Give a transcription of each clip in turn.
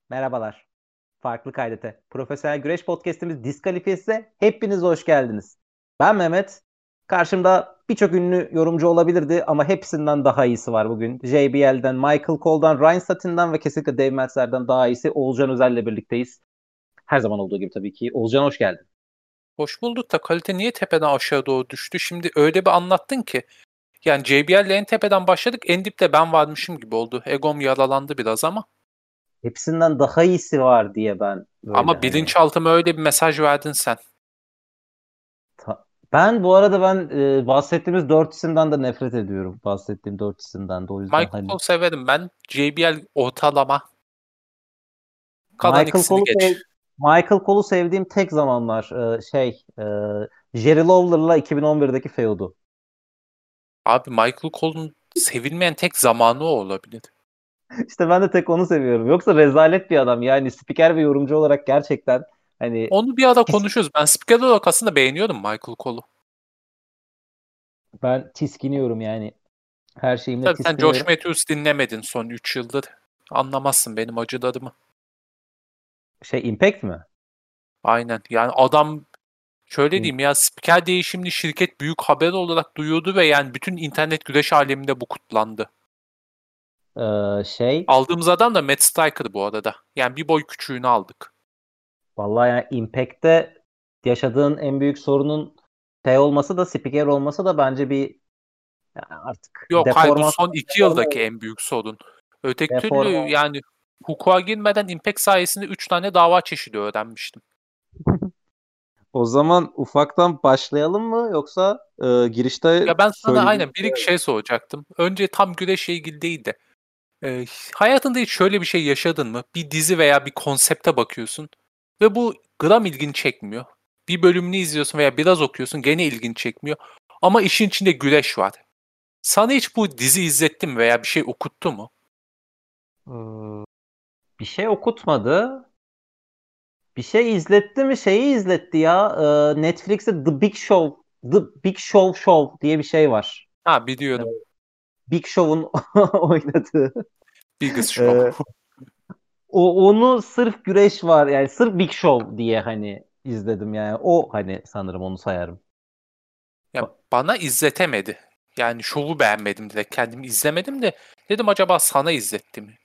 Merhabalar. Farklı Kaydete. Profesyonel Güreş Podcast'imiz Diskalifiyesi'ne hepiniz hoş geldiniz. Ben Mehmet. Karşımda birçok ünlü yorumcu olabilirdi ama hepsinden daha iyisi var bugün. JBL'den, Michael Cole'dan, Ryan Satin'den ve kesinlikle Dave Meltzer'den daha iyisi Oğulcan Özel'le birlikteyiz. Her zaman olduğu gibi tabii ki. Oğulcan hoş geldin. Hoş bulduk da kalite niye tepeden aşağı doğru düştü? Şimdi öyle bir anlattın ki. Yani JBL'le en tepeden başladık, en dipte ben varmışım gibi oldu. Egom yaralandı biraz ama. Hepsinden daha iyisi var diye ben böyle Ama hani. bilinçaltıma öyle bir mesaj verdin sen. Ben bu arada bahsettiğimiz dört isimden de nefret ediyorum. Bahsettiğim dört isimden de o yüzden Michael hani. Cole severim ben. JBL ortalama. Kalan Michael ikisini Cole'u geç. sev Michael Cole'u sevdiğim tek zamanlar Jerry Lawler'la 2011'deki feudu. Abi Michael Cole'un sevilmeyen tek zamanı o olabilir. İşte ben de tek onu seviyorum. Yoksa rezalet bir adam. Yani spiker ve yorumcu olarak gerçekten hani Onu bir ara tis- konuşuruz. Ben spiker olarak aslında beğeniyordum Michael Cole'u. ben tiskiniyorum yani. Her şeyimle Tabii sen Josh tiskiniyorum. Matthews dinlemedin son 3 yıldır. Anlamazsın benim acılarımı. Impact mi? Aynen. Yani adam şöyle İm- diyeyim ya, spiker değişimini şirket büyük haber olarak duyuyordu ve yani bütün internet güreş aleminde bu kutlandı. e, şey Aldığımız adam da Matt Striker bu arada. Yani bir boy küçüğünü aldık. Vallahi yani Impact'te yaşadığın en büyük sorunun olması da spiker olması da bence bir yani artık Yok hayır, bu deformasyon son 2 deforme yıldaki oldu. en büyük sorun. Öteki türlü Deforme oldu. yani hukuka girmeden Impact sayesinde 3 tane dava çeşidi öğrenmiştim. O zaman ufaktan başlayalım mı yoksa girişte Ya ben sana söyleyeceğim aynen bir bir şey iki var şey mı? soracaktım. Önce tam güreşle ilgili değil de hayatında hiç şöyle bir şey yaşadın mı? Bir dizi veya bir konsepte bakıyorsun ve bu gram ilgini çekmiyor. Bir bölümünü izliyorsun veya biraz okuyorsun, gene ilgini çekmiyor. Ama işin içinde güreş var. Sana hiç bu dizi izletti mi veya bir şey okuttu mu? Ee, Bir şey okutmadı. Bir şey izletti mi? Şeyi izletti ya. Netflix'te The Big Show diye bir şey var. Ha, Ee, biliyorum. Big Show'un oynadığı. Biggest Show. Ee, onu sırf güreş var yani sırf Big Show diye hani izledim yani. O hani sanırım onu sayarım. Ya Ba- bana izletemedi. Yani şovu beğenmedim, direkt kendimi izlemedim de dedim acaba sana izletti mi?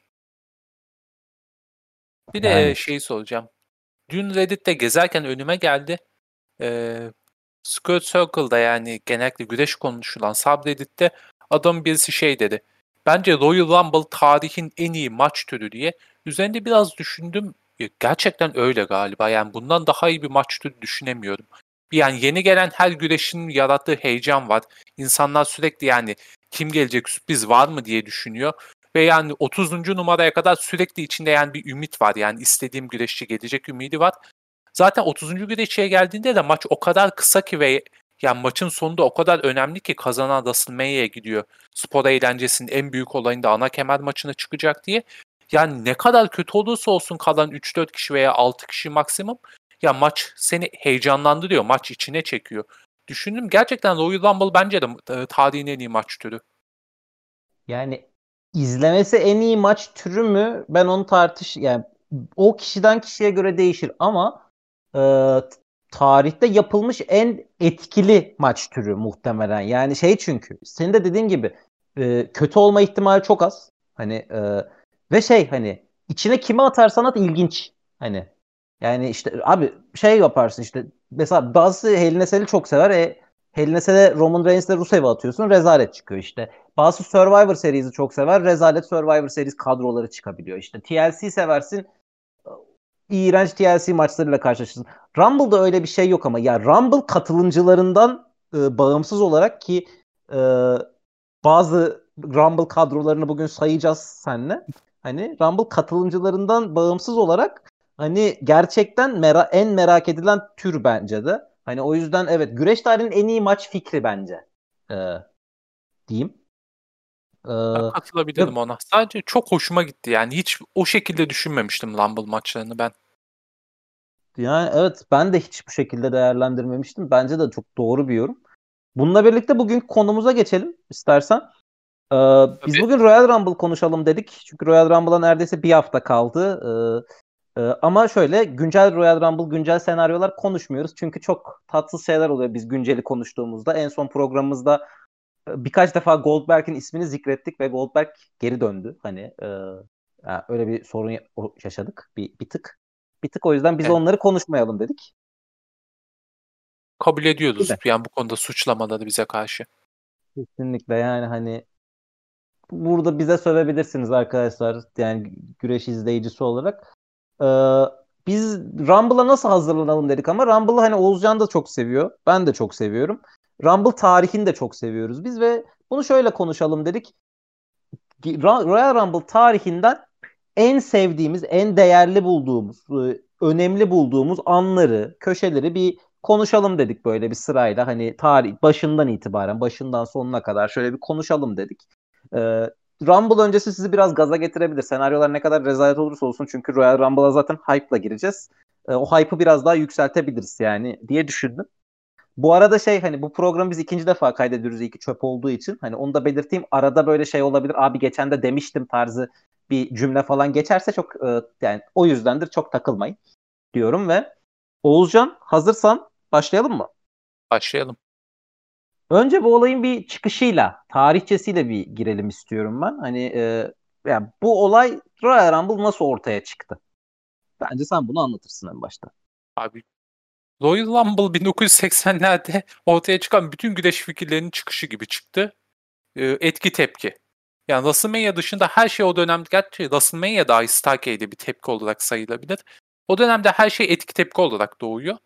Bir de Yani şeyi soracağım. Dün Reddit'te gezerken önüme geldi. E, Squared Circle'da, yani genellikle güreş konuşulan subreddit'te adam birisi şey dedi. Bence Royal Rumble tarihin en iyi maç türü diye. Üzerinde biraz düşündüm. Gerçekten öyle galiba. Yani bundan daha iyi bir maç türü düşünemiyorum. Yani yeni gelen her güreşin yarattığı heyecan var. İnsanlar sürekli yani kim gelecek, sürpriz var mı diye düşünüyor. Ve yani 30. numaraya kadar sürekli içinde yani bir ümit var. Yani istediğim güreşçi gelecek ümidi var. Zaten 30. güreşe geldiğinde de maç o kadar kısa ki ve yani maçın sonunda o kadar önemli ki kazanan WrestleMania'ya gidiyor. Spor eğlencesinin en büyük olayında ana kemer maçına çıkacak diye. Yani ne kadar kötü olursa olsun kalan 3-4 kişi veya 6 kişi maksimum, ya maç seni heyecanlandırıyor. Maç içine çekiyor. Düşündüm, gerçekten Royal Rumble bence de tarihin en iyi maç türü. yani izlemesi en iyi maç türü mü? Ben onu yani o kişiden kişiye göre değişir ama e, tarihte yapılmış en etkili maç türü muhtemelen. Yani çünkü senin de dediğin gibi kötü olma ihtimali çok az. Ve hani içine kimi atarsan at ilginç. Hani yani işte abi yaparsın işte mesela bazı Hell in a Cell'i çok sever. Hell in a Cell'e Roman Reigns'le Rusev'i atıyorsun rezalet çıkıyor işte. Bazı Survivor serisi çok sever. Rezalet Survivor serisi kadroları çıkabiliyor. İşte TLC seversin. İğrenç TLC maçlarıyla karşılaşırsın. Rumble'da öyle bir şey yok ama ya Rumble katılımcılarından bağımsız olarak ki e, bazı Rumble kadrolarını bugün sayacağız seninle. Hani Rumble katılımcılarından bağımsız olarak hani gerçekten en merak edilen tür bence de. Hani o yüzden evet güreş tarihinin en iyi maç fikri bence. E, diyeyim. Ben E, ve katılabilirim ona. Sadece çok hoşuma gitti. Yani hiç o şekilde düşünmemiştim Rumble maçlarını ben. Yani evet ben de hiç bu şekilde değerlendirmemiştim. Bence de çok doğru bir yorum. Bununla birlikte bugün konumuza geçelim istersen. Biz Tabii. bugün Royal Rumble konuşalım dedik. Çünkü Royal Rumble'a neredeyse bir hafta kaldı. Ama şöyle güncel Royal Rumble, güncel senaryolar konuşmuyoruz. Çünkü çok tatsız şeyler oluyor biz günceli konuştuğumuzda. En son programımızda birkaç defa Goldberg'in ismini zikrettik ve Goldberg geri döndü. Hani yani öyle bir sorun yaşadık bir tık. Bir tık o yüzden biz Yani onları konuşmayalım dedik. kabul Değil ediyoruz mi? yani bu konuda suçlamaları bize karşı. Kesinlikle yani hani burada bize sövebilirsiniz arkadaşlar. Yani güreş izleyicisi olarak. Ee, Biz Rumble'a nasıl hazırlanalım dedik ama Rumble'ı hani Oğuzcan da çok seviyor. Ben de çok seviyorum. Rumble tarihini de çok seviyoruz biz ve bunu şöyle konuşalım dedik. Royal Rumble tarihinden en sevdiğimiz, en değerli bulduğumuz, önemli bulduğumuz anları, köşeleri bir konuşalım dedik böyle bir sırayla. Hani tarih başından itibaren, başından sonuna kadar şöyle bir konuşalım dedik. Ee, Rumble öncesi sizi biraz gaza getirebilir. Senaryolar ne kadar rezalet olursa olsun çünkü Royal Rumble'a zaten hype'la gireceğiz. O hype'ı biraz daha yükseltebiliriz yani diye düşündüm. Bu arada şey hani bu programı biz ikinci defa kaydediyoruz iyi ki çöp olduğu için. Hani onu da belirteyim. Arada böyle şey olabilir. Abi geçen de demiştim tarzı bir cümle falan geçerse çok yani o yüzdendir çok takılmayın diyorum ve Oğuzcan hazırsan başlayalım mı? Başlayalım. Önce bu olayın bir çıkışıyla, tarihçesiyle bir girelim istiyorum ben. Hani yani bu olay Royal Rumble nasıl ortaya çıktı? Bence sen bunu anlatırsın en başta. Abi Royal Rumble 1980'lerde ortaya çıkan bütün güreş fikirlerinin çıkışı gibi çıktı. Etki tepki. Yani WrestleMania dışında her şey o dönemde, gerçi WrestleMania dahi Starrcade'de bir tepki olarak sayılabilir. O dönemde her şey etki tepki olarak doğuyor.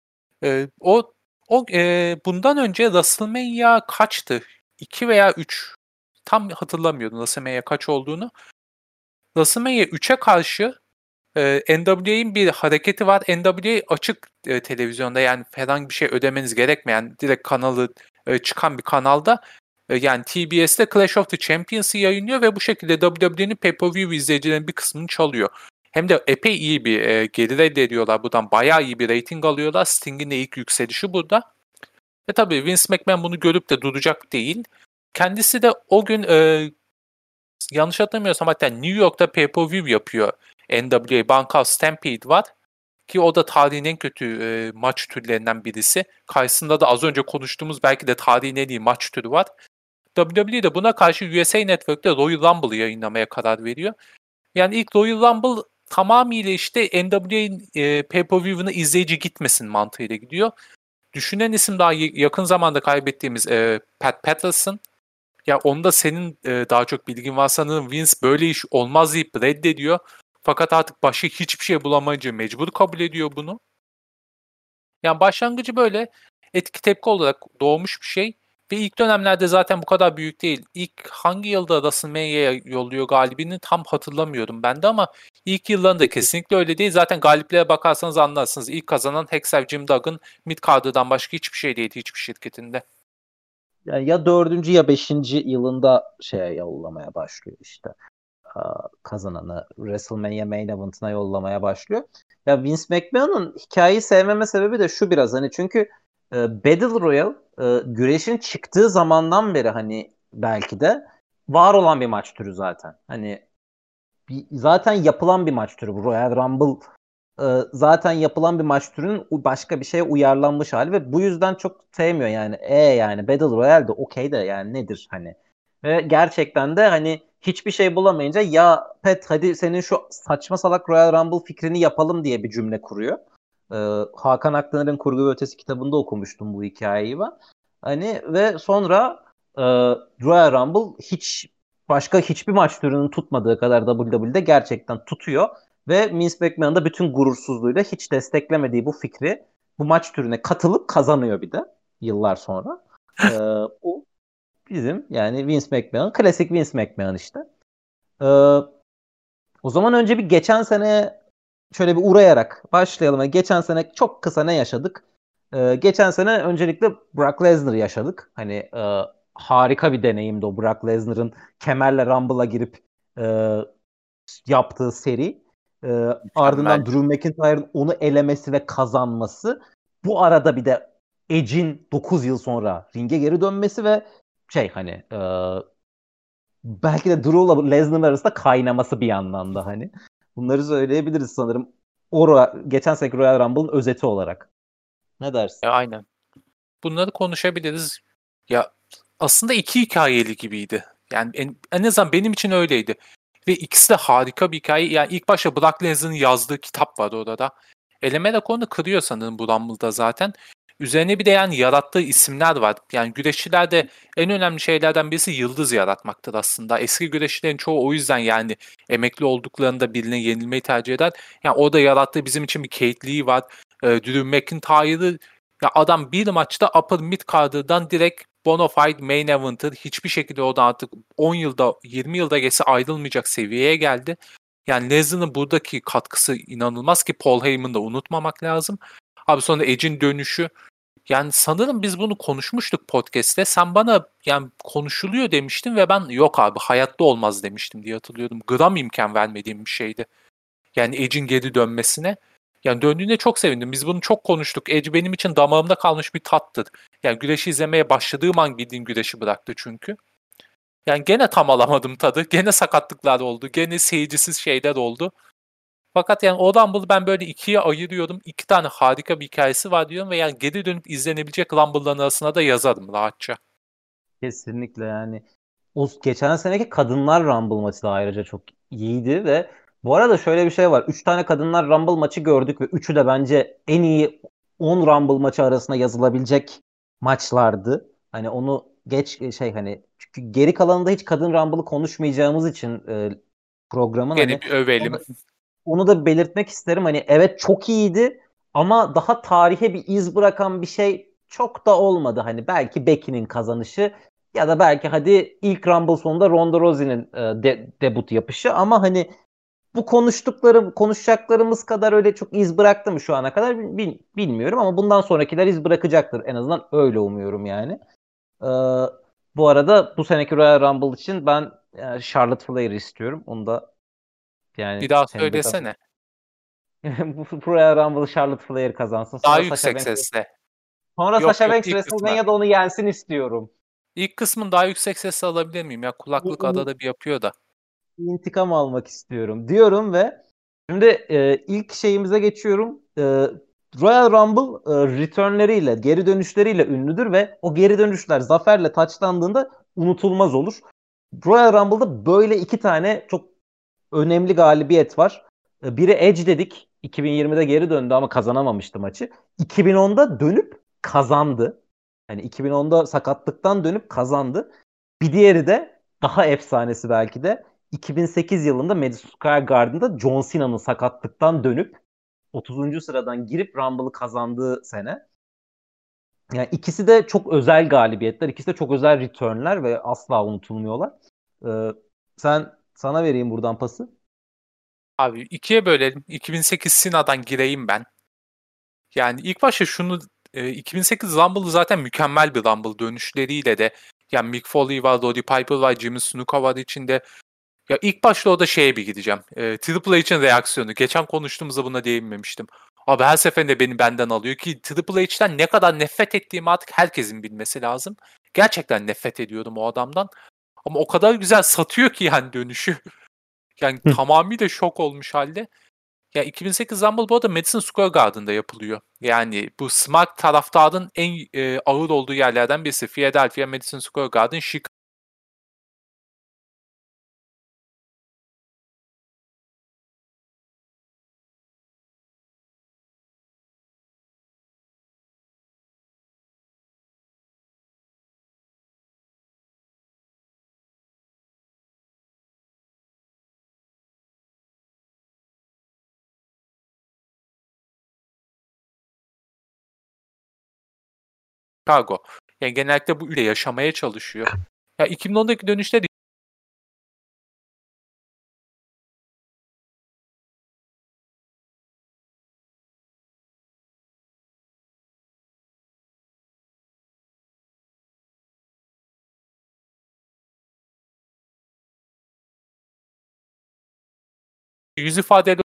Bundan önce WrestleMania kaçtı? 2 veya 3. Tam hatırlamıyordum WrestleMania kaç olduğunu. WrestleMania 3'e karşı NWA'in bir hareketi var. NWA açık televizyonda, yani herhangi bir şey ödemeniz gerekmeyen direkt kanalı çıkan bir kanalda, yani TBS'te Clash of the Champions'ı yayınlıyor ve bu şekilde WWE'nin pay-per-view izleyicilerin bir kısmını çalıyor. Hem de epey iyi bir gelir elde ediyorlar. Buradan bayağı iyi bir rating alıyorlar. Sting'in de ilk yükselişi burada. Ve tabii Vince McMahon bunu görüp de duracak değil. Kendisi de o gün yanlış hatırlamıyorsam hatta New York'ta pay-per-view yapıyor. NWA Bunkhouse Stampede var. Ki o da tarihin en kötü maç türlerinden birisi. Karşısında da az önce konuştuğumuz belki de tarihin en iyi maç türü var. WWE de buna karşı USA Network'te Royal Rumble'ı yayınlamaya karar veriyor. Yani ilk Royal Rumble tamamıyla işte NWA'nin pay-per-view'una izleyici gitmesin mantığıyla gidiyor. Düşünen isim daha yakın zamanda kaybettiğimiz Pat Patterson. Ya onda senin daha çok bilgin var sanırım. Vince böyle iş olmaz deyip reddediyor. Fakat artık başka hiçbir şey bulamayınca mecbur kabul ediyor bunu. Yani başlangıcı böyle etki tepki olarak doğmuş bir şey. Ve ilk dönemlerde zaten bu kadar büyük değil. İlk hangi yılda WrestleMania'ya yolluyor galibini tam hatırlamıyorum ben de, ama ilk yıllarında kesinlikle öyle değil. Zaten galiplere bakarsanız anlarsınız. İlk kazanan Hacksaw Jim Duggan, mid-card'dan başka hiçbir şey değildi hiçbir şirketinde. Yani ya dördüncü ya beşinci yılında şeye yollamaya başlıyor işte. Kazananı WrestleMania Main Event'ına yollamaya başlıyor. Ya Vince McMahon'un hikayeyi sevmeme sebebi de şu biraz hani çünkü Battle Royale güreşin çıktığı zamandan beri hani belki de var olan bir maç türü zaten. Hani zaten yapılan bir maç türü bu Royal Rumble zaten yapılan bir maç türünün başka bir şeye uyarlanmış hali ve bu yüzden çok sevmiyor yani. Yani Battle Royale de okey de yani nedir hani. Ve gerçekten de hani hiçbir şey bulamayınca ya Pet hadi senin şu saçma salak Royal Rumble fikrini yapalım diye bir cümle kuruyor. Hakan Akpınar'ın Kurgu ve Ötesi kitabında okumuştum bu hikayeyi ben. Hani ve sonra Royal Rumble başka hiçbir maç türünün tutmadığı kadar WWE'de gerçekten tutuyor. Ve Vince McMahon da bütün gurursuzluğuyla hiç desteklemediği bu fikri bu maç türüne katılıp kazanıyor bir de yıllar sonra. O bizim yani Vince McMahon, klasik Vince McMahon işte. Ee, O zaman önce bir geçen sene şöyle bir uğrayarak başlayalım. Yani geçen sene çok kısa ne yaşadık? Geçen sene öncelikle Brock Lesnar yaşadık. Hani harika bir deneyimdi o Brock Lesnar'ın kemerle Rumble'a girip e, yaptığı seri. Mükemmel. Ardından Drew McIntyre'ın onu elemesi ve kazanması. Bu arada bir de Edge'in 9 yıl sonra ringe geri dönmesi ve şey hani belki de Drew'la Lesnar arasında kaynaması bir yandan da hani. Bunları söyleyebiliriz sanırım. Geçen seneki Royal Rumble'ın özeti olarak. Ne dersin? Aynen. Bunları konuşabiliriz. Ya aslında iki hikayeli gibiydi. Yani en azından benim için öyleydi. Ve ikisi de harika bir hikaye. Yani ilk başta Brock Lesnar'ın yazdığı kitap var orada. Elemele konu kırıyor sanırım bu Rumble'da zaten. Üzerine bir de yani yarattığı isimler var. Yani güreşçilerde en önemli şeylerden birisi yıldız yaratmaktır aslında. Eski güreşçilerin çoğu o yüzden yani emekli olduklarında birine yenilmeyi tercih eder. Yani orada yarattığı bizim için bir Keith Lee var. Drew McIntyre'ı ya adam bir maçta upper mid card'dan direkt bonafide main eventer hiçbir şekilde oradan artık 10 yılda 20 yılda geçse ayrılmayacak seviyeye geldi. Yani Lesnar'ın buradaki katkısı inanılmaz ki Paul Heyman'ı da unutmamak lazım. Abi sonra Edge'in dönüşü. Yani sanırım biz bunu konuşmuştuk podcast'te. Sen bana yani konuşuluyor demiştin ve ben yok abi hayatta olmaz demiştim diye hatırlıyorum. Gram imkan vermediğim bir şeydi. Yani Edge'in geri dönmesine. Yani döndüğünde çok sevindim. Biz bunu çok konuştuk. Edge benim için damağımda kalmış bir tattır. Yani güreşi izlemeye başladığım an bildiğin güreşi bıraktı çünkü. Yani gene tam alamadım tadı. Gene sakatlıklar oldu. Gene seyircisiz şeyler oldu. Fakat yani o Rumble'ı ben böyle ikiye ayırıyorum. İki tane harika bir hikayesi var diyorum ve yani geri dönüp izlenebilecek Rumble'ların arasına da yazarım rahatça. Kesinlikle yani. O geçen seneki Kadınlar Rumble maçı da ayrıca çok iyiydi ve bu arada şöyle bir şey var. 3 tane Kadınlar Rumble maçı gördük ve üçü de bence en iyi 10 Rumble maçı arasında yazılabilecek maçlardı. Hani onu şey hani çünkü geri kalanında hiç Kadın Rumble'ı konuşmayacağımız için programın Gene hani bir övelim. onu da belirtmek isterim. Hani evet çok iyiydi ama daha tarihe bir iz bırakan bir şey çok da olmadı. Hani belki Becky'nin kazanışı ya da belki hadi ilk Rumble sonunda Ronda Rousey'nin debut yapışı ama hani bu konuşacaklarımız kadar öyle çok iz bıraktı mı şu ana kadar bilmiyorum ama bundan sonrakiler iz bırakacaktır. En azından öyle umuyorum yani. Ee, bu arada bu seneki Royal Rumble için ben Charlotte Flair istiyorum. Onu da yani Bir daha senin de söylesene. bu Royal Rumble'ı Charlotte Flair kazansın. Daha Sonra Sasha yüksek Banks sesle. sonra Yok Sasha yok Banks ilk kısmı. WrestleMania'da onu yensin istiyorum. İlk kısmın daha yüksek sesle alabilir miyim? Ya kulaklık İ- arada bir yapıyor da. İntikam almak istiyorum diyorum ve şimdi ilk şeyimize geçiyorum. Royal Rumble returnleriyle, geri dönüşleriyle ünlüdür ve o geri dönüşler zaferle taçlandığında unutulmaz olur. Royal Rumble'da böyle iki tane çok önemli galibiyet var. Biri Edge dedik. 2020'de geri döndü ama kazanamamıştı maçı. 2010'da dönüp kazandı. Yani 2010'da sakatlıktan dönüp kazandı. Bir diğeri de daha efsanesi belki de 2008 yılında Madison Square Garden'da John Cena'nın sakatlıktan dönüp 30. sıradan girip Rumble'ı kazandığı sene. Yani ikisi de çok özel galibiyetler, ikisi de çok özel return'ler ve asla unutulmuyorlar. Ee, sana vereyim buradan pası. Abi ikiye bölelim. 2008 Sina'dan gireyim ben. Yani ilk başta şunu 2008 Rumble'ı zaten mükemmel bir Rumble dönüşleriyle de yani Mick Foley var, Roddy Piper var, Jimmy Snuka var içinde. Ya ilk başta o da şeye bir gideceğim. Triple H'in reaksiyonu. Geçen konuştuğumuzda buna değinmemiştim. Abi her seferinde beni benden alıyor ki Triple H'ten ne kadar nefret ettiğimi artık herkesin bilmesi lazım. Gerçekten nefret ediyordum o adamdan. Ama o kadar güzel satıyor ki yani dönüşü. Yani tamamıyla şok olmuş halde. Ya 2008 Rumble bu arada Madison Square Garden'da yapılıyor. Yani bu Smart taraftarın en ağır olduğu yerlerden birisi. Philadelphia Madison Square Garden, Chicago. Yani genellikle bu ülke yaşamaya çalışıyor. Ya 2010'daki dönüşte de yüz ifadeli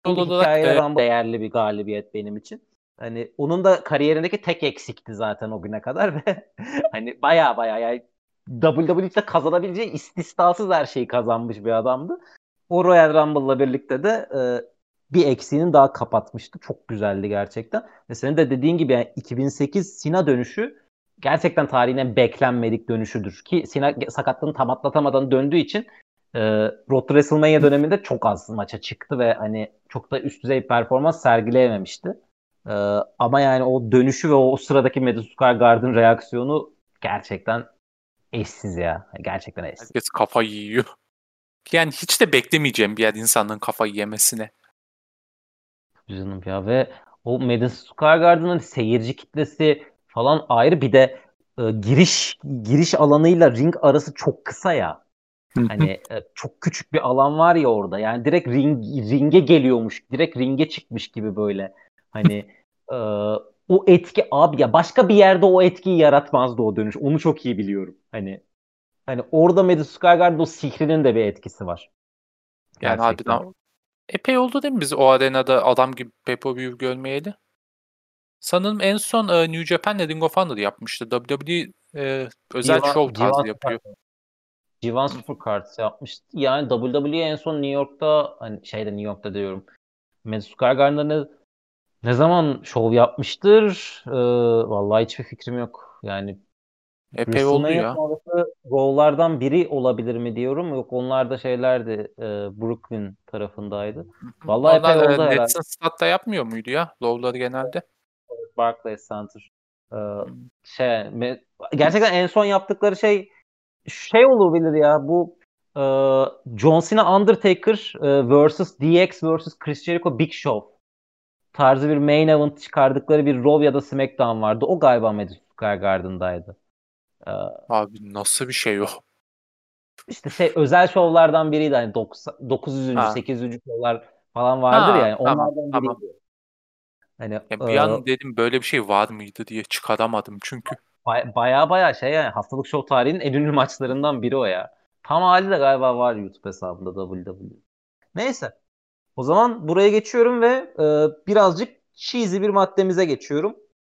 olarak hikaye Rumble değerli bir galibiyet benim için. Hani onun da kariyerindeki tek eksikti zaten o güne kadar ve hani baya baya yani WWE'de kazanabileceği istisnasız her şeyi kazanmış bir adamdı. O Royal Rumble'la birlikte de bir eksiğini daha kapatmıştı. Çok güzeldi gerçekten. Ve senin de dediğin gibi yani 2008 Cena dönüşü gerçekten tarihin en beklenmedik dönüşüdür. Ki Cena sakatlığını tam atlatamadan döndüğü için Road to WrestleMania döneminde çok az maça çıktı ve hani çok da üst düzey bir performans sergileyememişti. E, Ama yani o dönüşü ve o sıradaki Madison Square Garden reaksiyonu gerçekten eşsiz ya. Gerçekten eşsiz. herkes kafayı yiyor. Yani hiç de beklemeyeceğim bir yer insanların kafayı yemesine. Canım ya ve o Madison Square Garden'ın seyirci kitlesi falan ayrı bir de giriş alanıyla ring arası çok kısa ya. Hani çok küçük bir alan var ya orada. Yani direkt ringe geliyormuş. Direkt ringe çıkmış gibi böyle. Hani e, o etki abi ya başka bir yerde o etkiyi yaratmazdı o dönüş. Onu çok iyi biliyorum. Hani orada Madison Square Garden o sihrinin de bir etkisi var. Yani Gerçekten. harbiden epey oldu değil mi biz o arenada adam gibi pay-per-view görmeyeli? Sanırım en son New Japan'le Ring of Honor yapmıştı. WWE özel show tarzı yapıyor. G1 Hı. Supercards yapmıştı. Yani WWE en son New York'ta hani New York'ta diyorum. Madison Square Garden'da ne zaman şov yapmıştır? Vallahi hiçbir fikrim yok. Yani Epey oldu WrestleMania ya. sonrası Raw'lardan biri olabilir mi diyorum. Yok onlar da şeylerdi. Brooklyn tarafındaydı. Hı hı. Vallahi epey Onlar oldu herhalde. Nets'in statta yapmıyor muydu ya? Low'ları genelde. Barclays Center. Ee, Hı. Gerçekten en son yaptıkları şey olabilir ya bu e, John Cena Undertaker vs DX vs Chris Jericho Big Show tarzı bir main event çıkardıkları bir Raw ya da SmackDown vardı. O galiba Madison Square Garden'daydı. E, Abi nasıl bir şey o? işte özel şovlardan biriydi. Hani 900. Ha. 800. şovlar falan vardır ya. Ha, Yani tamam onlardan tamam. biriydi. Hani Ya bir an dedim böyle bir şey var mıydı diye çıkaramadım çünkü. baya baya yani haftalık show tarihinin en ünlü maçlarından biri o ya. Tam hali de galiba var YouTube hesabında WWE. Neyse. O zaman buraya geçiyorum ve birazcık cheesy bir maddemize geçiyorum.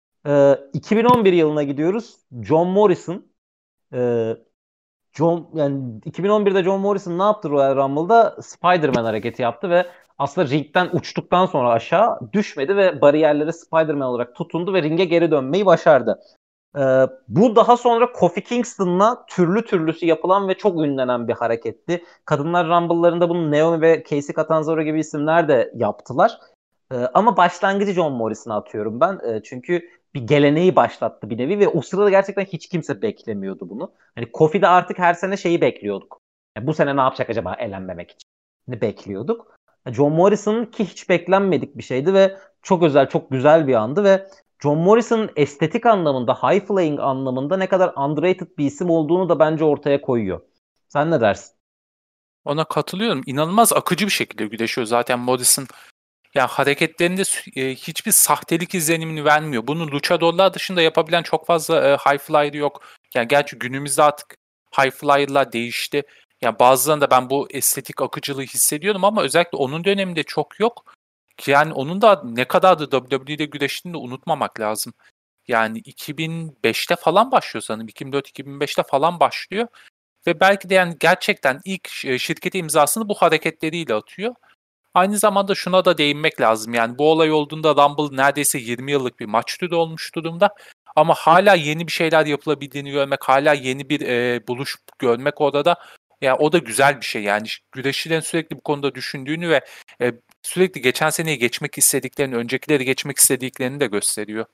2011 yılına gidiyoruz. John Morrison. E, yani 2011'de John Morrison ne yaptı Royal Rumble'da? Spider-Man hareketi yaptı ve aslında ringden uçtuktan sonra aşağı düşmedi ve bariyerlere Spider-Man olarak tutundu ve ringe geri dönmeyi başardı. Bu daha sonra Kofi Kingston'la türlü türlüsü yapılan ve çok ünlenen bir hareketti. Kadınlar Rumble'larında bunu Naomi ve Casey Catanzaro gibi isimler de yaptılar. Ama başlangıcı John Morrison'a atıyorum ben. Çünkü bir geleneği başlattı bir nevi ve o sırada gerçekten hiç kimse beklemiyordu bunu. Hani Kofi'de artık her sene şeyi bekliyorduk. Yani bu sene ne yapacak acaba elenmemek için? Ne bekliyorduk? John Morrison ki hiç beklenmedik bir şeydi ve çok özel, çok güzel bir andı ve John Morrison'ın estetik anlamında, high flying anlamında ne kadar underrated bir isim olduğunu da bence ortaya koyuyor. Sen ne dersin? Ona katılıyorum. İnanılmaz akıcı bir şekilde güreşiyor zaten Morrison. Ya hareketlerinde hiçbir sahtelik izlenimini vermiyor. Bunu luchadorlar dışında yapabilen çok fazla high flyer yok. Yani gerçi günümüzde artık high flyer'lar değişti. Yani bazılarında ben bu estetik akıcılığı hissediyorum ama özellikle onun döneminde çok yok. Yani onun da ne kadardı WWE'de güreştiğini de unutmamak lazım. Yani 2005'te falan başlıyor sanırım. 2004-2005'te falan başlıyor. Ve belki de yani gerçekten ilk şirkete imzasını bu hareketleriyle atıyor. Aynı zamanda şuna da değinmek lazım. Yani bu olay olduğunda Rumble neredeyse 20 yıllık bir maç türü olmuş durumda. Ama hala yeni bir şeyler yapılabildiğini görmek, hala yeni bir buluş görmek orada yani o da güzel bir şey. Yani güreşçilerin sürekli bu konuda düşündüğünü ve sürekli geçen seneyi geçmek istediklerini, öncekileri geçmek istediklerini de gösteriyor.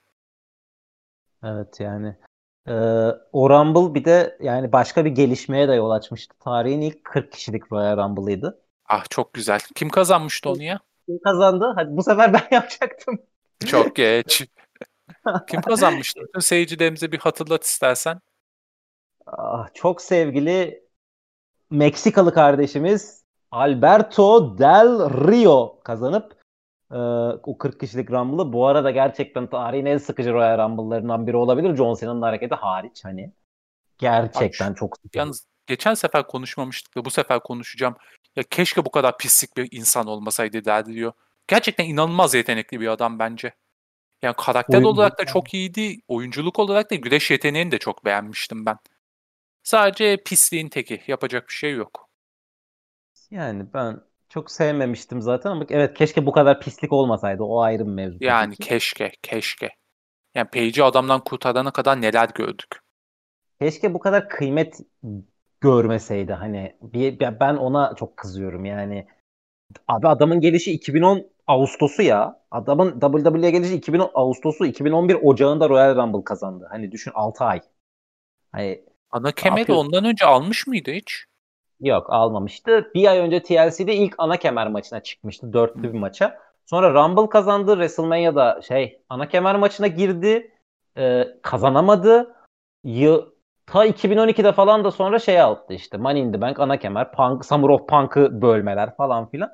Evet yani. Ee, O Rumble bir de yani başka bir gelişmeye de yol açmıştı. Tarihin ilk 40 kişilik Royal Rumble'ıydı. Ah çok güzel. Kim kazanmıştı onu ya? Kim kazandı? Hadi bu sefer ben yapacaktım. Çok geç. Kim kazanmıştı? Bütün seyircilerimize bir hatırlat istersen. Çok sevgili Meksikalı kardeşimiz Alberto Del Rio kazanıp o 40 kişilik Rumble'ı bu arada gerçekten tarihin en sıkıcı Royal Rumble'larından biri olabilir. John Cena'nın hareketi hariç hani. Abi Gerçekten çok sıkıcı. yalnız geçen sefer konuşmamıştık da bu sefer konuşacağım. Ya keşke bu kadar pislik bir insan olmasaydı derdi diyor. gerçekten inanılmaz yetenekli bir adam bence. Yani karakter Oyuncu. olarak da çok iyiydi. Oyunculuk olarak da güreş yeteneğini de çok beğenmiştim ben. Sadece pisliğin teki. Yapacak bir şey yok. Yani ben çok sevmemiştim zaten ama evet keşke bu kadar pislik olmasaydı. O ayrı bir mevzu tabii Yani ki. keşke. Yani Page'i adamdan kurtarana kadar neler gördük. Keşke bu kadar kıymet görmeseydi. Hani ben ona çok kızıyorum. Yani abi adamın gelişi 2010 Ağustos'u ya. Adamın WWE'ye gelişi 2010 Ağustos'u, 2011 Ocağı'nda Royal Rumble kazandı. Hani düşün 6 ay. Hani Ana ne kemeri yapıyorsun? ondan önce almış mıydı hiç? Yok almamıştı. Bir ay önce TLC'de ilk ana kemer maçına çıkmıştı. Dörtlü bir Hmm. maça. Sonra Rumble kazandı. WrestleMania'da ana kemer maçına girdi. Kazanamadı. Yı- Ta 2012'de falan da sonra aldı işte. Money in the Bank, ana kemer, Punk, Summer of Punk'ı bölmeler falan filan.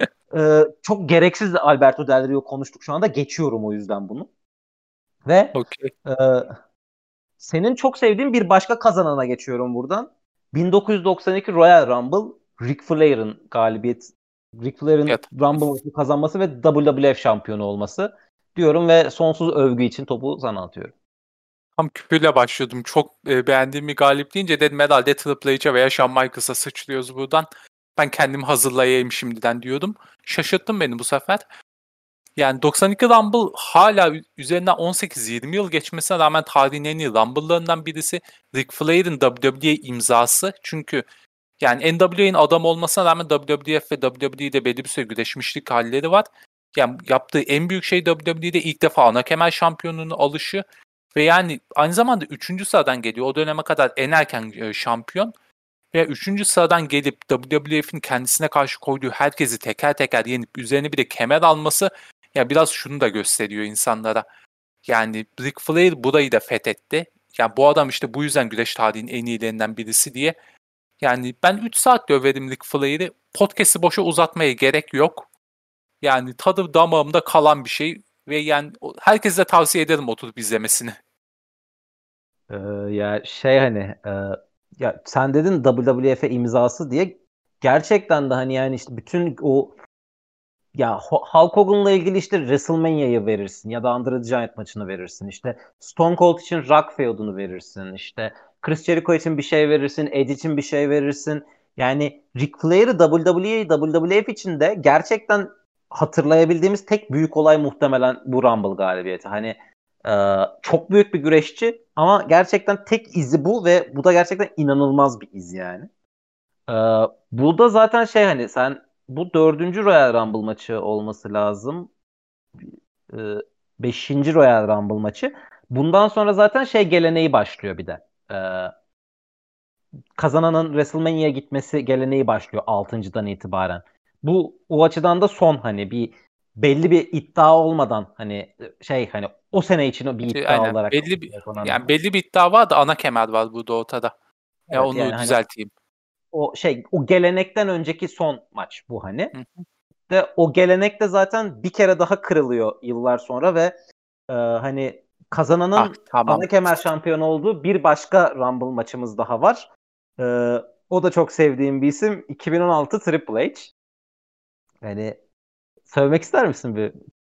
Çok gereksiz Alberto Del Rio konuştuk şu anda. Geçiyorum o yüzden bunu. Ve Okey. e, senin çok sevdiğin bir başka kazanana geçiyorum buradan. 1992 Royal Rumble, Ric Flair'ın galibiyet, Ric Flair'ın Evet. Rumble'ı kazanması ve WWF şampiyonu olması diyorum ve sonsuz övgü için topu sana atıyorum. Tam küpüyle başlıyordum. Çok beğendiğim bir galip deyince dedim herhalde Triple H'e veya Shawn Michaels'a sıçrıyoruz buradan. Ben kendimi hazırlayayım şimdiden diyordum. Şaşırttın beni bu sefer. Yani 92 Rumble hala üzerinden 18-20 yıl geçmesine rağmen tarihin en iyi Rumble'larından birisi. Ric Flair'in WWE imzası. Çünkü yani NWA'nin adam olmasına rağmen WWF ve WWE'de belli bir süre güreşmişlik halleri var. Yani yaptığı en büyük şey WWE'de ilk defa ana kemer şampiyonluğunu alışı ve yani aynı zamanda 3. sıradan geliyor. O döneme kadar en erken şampiyon ve 3. sıradan gelip WWF'in kendisine karşı koyduğu herkesi teker teker yenip üzerine bir de kemer alması ya biraz şunu da gösteriyor insanlara. Yani Ric Flair burayı da fethetti. Yani bu adam işte bu yüzden güreş tarihinin en iyilerinden birisi diye. Yani ben 3 saat döverim Ric Flair'i. Podcast'i boşa uzatmaya gerek yok. Yani tadı damağımda kalan bir şey ve yani herkese tavsiye ederim oturup izlemesini. Ee, Ya hani ya sen dedin WWF'e imzası diye gerçekten de hani yani işte bütün o ya Hulk Hogan'la ilgili işte WrestleMania'yı verirsin ya da Andre the Giant maçını verirsin. İşte Stone Cold için Rock feudunu verirsin. İşte Chris Jericho için bir şey verirsin. Edge için bir şey verirsin. Yani Ric Flair'ı WWE, WWF için de gerçekten hatırlayabildiğimiz tek büyük olay muhtemelen bu Rumble galibiyeti. Hani çok büyük bir güreşçi ama gerçekten tek izi bu ve bu da gerçekten inanılmaz bir iz yani. Ee, Bu da zaten hani sen bu dördüncü Royal Rumble maçı olması lazım. Beşinci Royal Rumble maçı. Bundan sonra zaten geleneği başlıyor bir de. Kazananın WrestleMania'ya gitmesi geleneği başlıyor altıncıdan itibaren. Bu o açıdan da son hani bir belli bir iddia olmadan hani hani o sene için bir iddia Aynen. olarak yapılan bir Yani maç. belli bir iddia var da ana kemer var burada ortada. Ya Evet yani onu hani düzelteyim. o gelenekten önceki son maç bu hani. Hı. De o gelenek de zaten bir kere daha kırılıyor yıllar sonra ve hani Ah kazananın tamam. ana kemer şampiyonu olduğu bir başka Rumble maçımız daha var. E, O da çok sevdiğim bir isim. 2016 Triple H. Yani söylemek ister misin bir?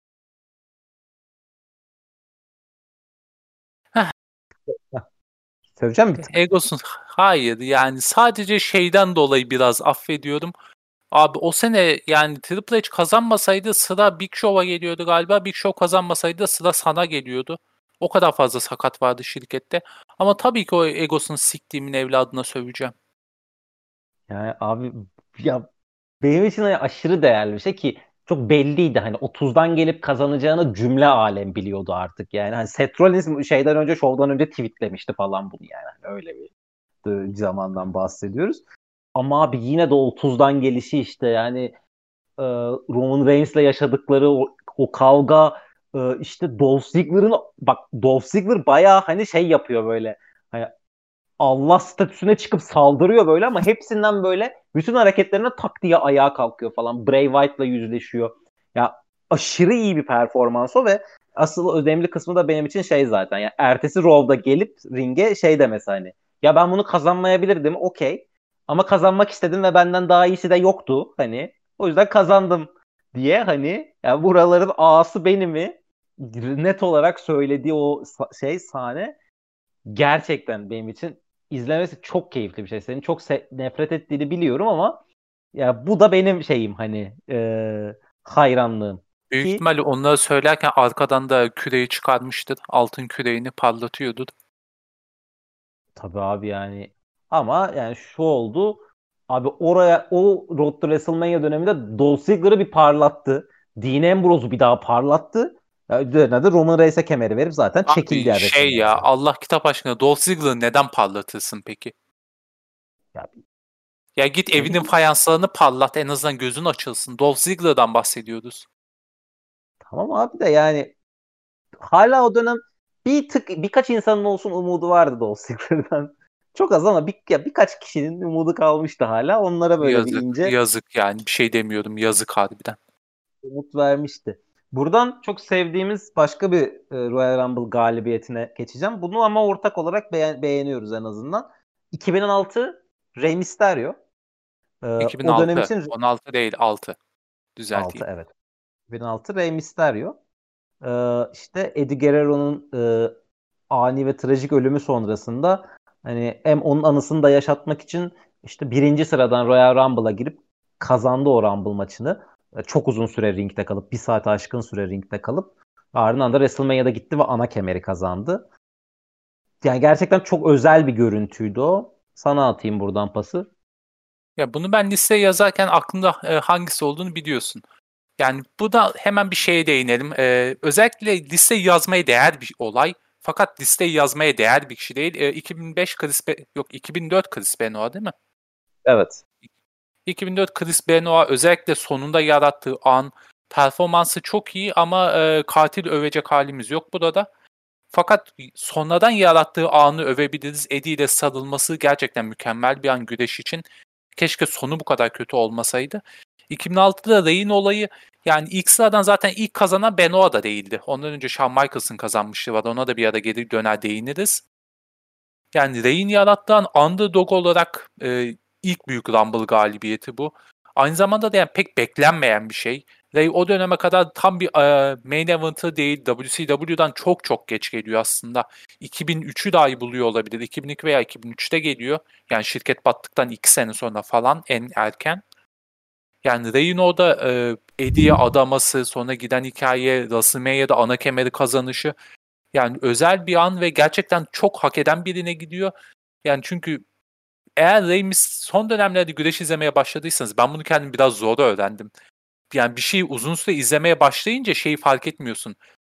Heh, Heh, Söyleyeceğim bir tık. Egosun. Hayır yani sadece şeyden dolayı biraz affediyorum. Abi o sene yani Triple H kazanmasaydı sıra Big Show'a geliyordu galiba. Big Show kazanmasaydı sıra sana geliyordu. O kadar fazla sakat vardı şirkette. Ama tabii ki o egosunu siktiğimin evladına söveceğim. Yani abi ya benim için hani aşırı değerli bir şey ki çok belliydi hani 30'dan gelip kazanacağını cümle alem biliyordu artık yani. Hani Seth Rollins şeyden önce şovdan önce tweetlemişti falan bunu yani. Hani öyle bir zamandan bahsediyoruz. Ama abi yine de 30'dan gelişi işte yani Roman Reigns'le yaşadıkları o kavga işte Dolph Ziggler'ın bak Dolph Ziggler bayağı hani yapıyor böyle. Hani Allah statüsüne çıkıp saldırıyor böyle ama hepsinden böyle bütün hareketlerine tak diye ayağa kalkıyor falan. Bray Wyatt'la yüzleşiyor. Ya aşırı iyi bir performans o ve asıl önemli kısmı da benim için zaten. Yani ertesi Raw'da gelip ringe demesi hani. Ya ben bunu kazanmayabilirdim okey. Ama kazanmak istedim ve benden daha iyisi de yoktu hani. O yüzden kazandım diye hani yani buraların ağası benimi net olarak söylediği o sahne gerçekten benim için izlemesi çok keyifli bir şey. Senin çok nefret ettiğini biliyorum ama ya bu da benim şeyim hani hayranlığım Büyük ki ihtimalle onları söylerken arkadan da küreyi çıkarmıştır. Altın küreğini parlatıyordur. tabii abi yani ama yani şu oldu abi oraya o Road to WrestleMania döneminde Dolph Ziggler'ı bir parlattı. Dean Ambrose'u bir daha parlattı. Üzerine de Roman Reigns'e kemeri verip zaten çekildi Abi yani şey ya, WrestleMania'da. Allah kitap aşkına Dolph Ziggler'ı neden parlatırsın peki? Ya, Ya git ne evinin bileyim, fayanslarını parlat, en azından gözün açılsın. Dolph Ziggler'dan bahsediyoruz. tamam abi de yani hala o dönem birkaç insanın olsun umudu vardı Dolph Ziggler'dan. Çok az ama birkaç kişinin umudu kalmıştı hala. Onlara böyle bir Yazık, ince yazık yani. Bir şey demiyorum. Yazık harbiden. umut vermişti. Buradan çok sevdiğimiz başka bir Royal Rumble galibiyetine geçeceğim. Bunu ama ortak olarak beğeniyoruz en azından. 2016 Rey Mysterio. O dönem 2006. için 16 değil, 6. 6 Düzelteyim. evet. 2006 Rey Mysterio. İşte Eddie Guerrero'nun ani ve trajik ölümü sonrasında hani hem onun anısını da yaşatmak için işte birinci sıradan Royal Rumble'a girip kazandı o Rumble maçını. Çok uzun süre ringde kalıp bir saate aşkın süre ringde kalıp ardından da WrestleMania'da gitti ve ana kemeri kazandı. Yani gerçekten çok özel bir görüntüydü o. Sana atayım buradan pası. Ya bunu ben listeye yazarken aklımda hangisi olduğunu biliyorsun. Yani bu da hemen bir şeye değinelim. Özellikle listeyi yazmaya değer bir olay. Fakat listeyi yazmaya değer bir kişi değil. 2005 yok 2004 Chris Benoit değil mi? Evet. 2004 Chris Benoit özellikle sonunda yarattığı an performansı çok iyi ama katil övecek halimiz yok burada. Fakat sonradan yarattığı anı övebiliriz. Eddie ile sarılması gerçekten mükemmel bir an güreş için. Keşke sonu bu kadar kötü olmasaydı. 2006'da Rey'in olayı, yani ilk sıradan zaten ilk kazanan Benoit da değildi. Ondan önce Shawn Michaels'ın kazanmışlığı var. Ona da bir ara geri döner değiniriz. Yani Rey'in yarattığı underdog olarak ilk büyük Rumble galibiyeti bu. Aynı zamanda da yani pek beklenmeyen bir şey. Rey o döneme kadar tam bir main event'ı değil. WCW'dan çok çok geç geliyor aslında. 2003'ü dahi buluyor olabilir. 2002 veya 2003'te geliyor. Yani şirket battıktan 2 sene sonra falan en erken. Yani Rey'in orada Eddie'ye adaması, sonra giden hikaye, WrestleMania'da ana kemeri kazanışı. Yani özel bir an ve gerçekten çok hak eden birine gidiyor. Yani çünkü eğer Rey son dönemlerde güreş izlemeye başladıysanız, ben bunu kendim biraz zor öğrendim. Yani bir şeyi uzun süre izlemeye başlayınca şeyi fark etmiyorsun.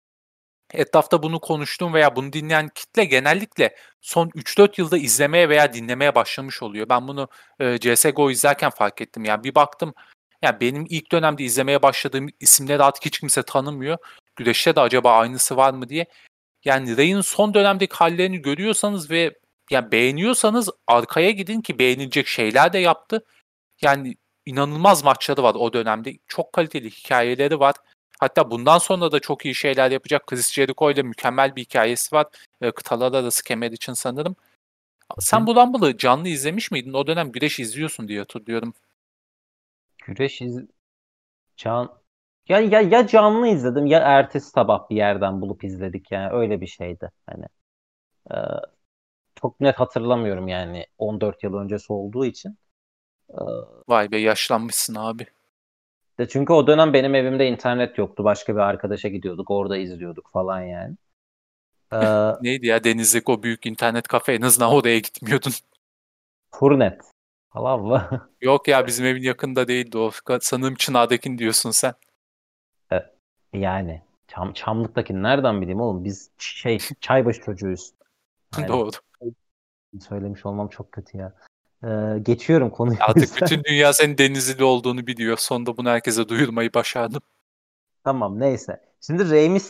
Etrafta bunu konuştuğum veya bunu dinleyen kitle genellikle son 3-4 yılda izlemeye veya dinlemeye başlamış oluyor. Ben bunu CSGO izlerken fark ettim. Yani bir baktım, yani benim ilk dönemde izlemeye başladığım isimleri artık hiç kimse tanımıyor. Güreşte de acaba aynısı var mı diye. Yani Rey'in son dönemdeki hallerini görüyorsanız ve yani beğeniyorsanız arkaya gidin ki beğenilecek şeyler de yaptı. Yani inanılmaz maçları var o dönemde. Çok kaliteli hikayeleri var. Hatta bundan sonra da çok iyi şeyler yapacak. Chris Jericho ile mükemmel bir hikayesi var. Kıtalar arası kemer için sanırım. Sen Hı. bu Rumble'ı canlı izlemiş miydin? O dönem güreş izliyorsun diye hatırlıyorum. Güreş can ya canlı izledim ya ertesi sabah bir yerden bulup izledik yani öyle bir şeydi. Hani e, çok net hatırlamıyorum yani 14 yıl öncesi olduğu için. E, Vay be, yaşlanmışsın abi. çünkü o dönem benim evimde internet yoktu. Başka bir arkadaşa gidiyorduk, orada izliyorduk falan yani. E, Neydi ya, denizdeki o büyük internet kafe, en azından oraya gitmiyordun. Turnet falan mı? Yok ya, bizim evin yakında değildi o. Sanırım Çınar'dakini diyorsun sen. E, yani Çamlık'takini nereden bileyim oğlum? Biz Çaybaşı çocuğuyuz. Yani Doğru. söylemiş olmam çok kötü ya. Geçiyorum konuyu o Artık yüzden. bütün dünya senin Denizli'de olduğunu biliyor. Sonunda bunu herkese duyurmayı başardım. Tamam neyse. Şimdi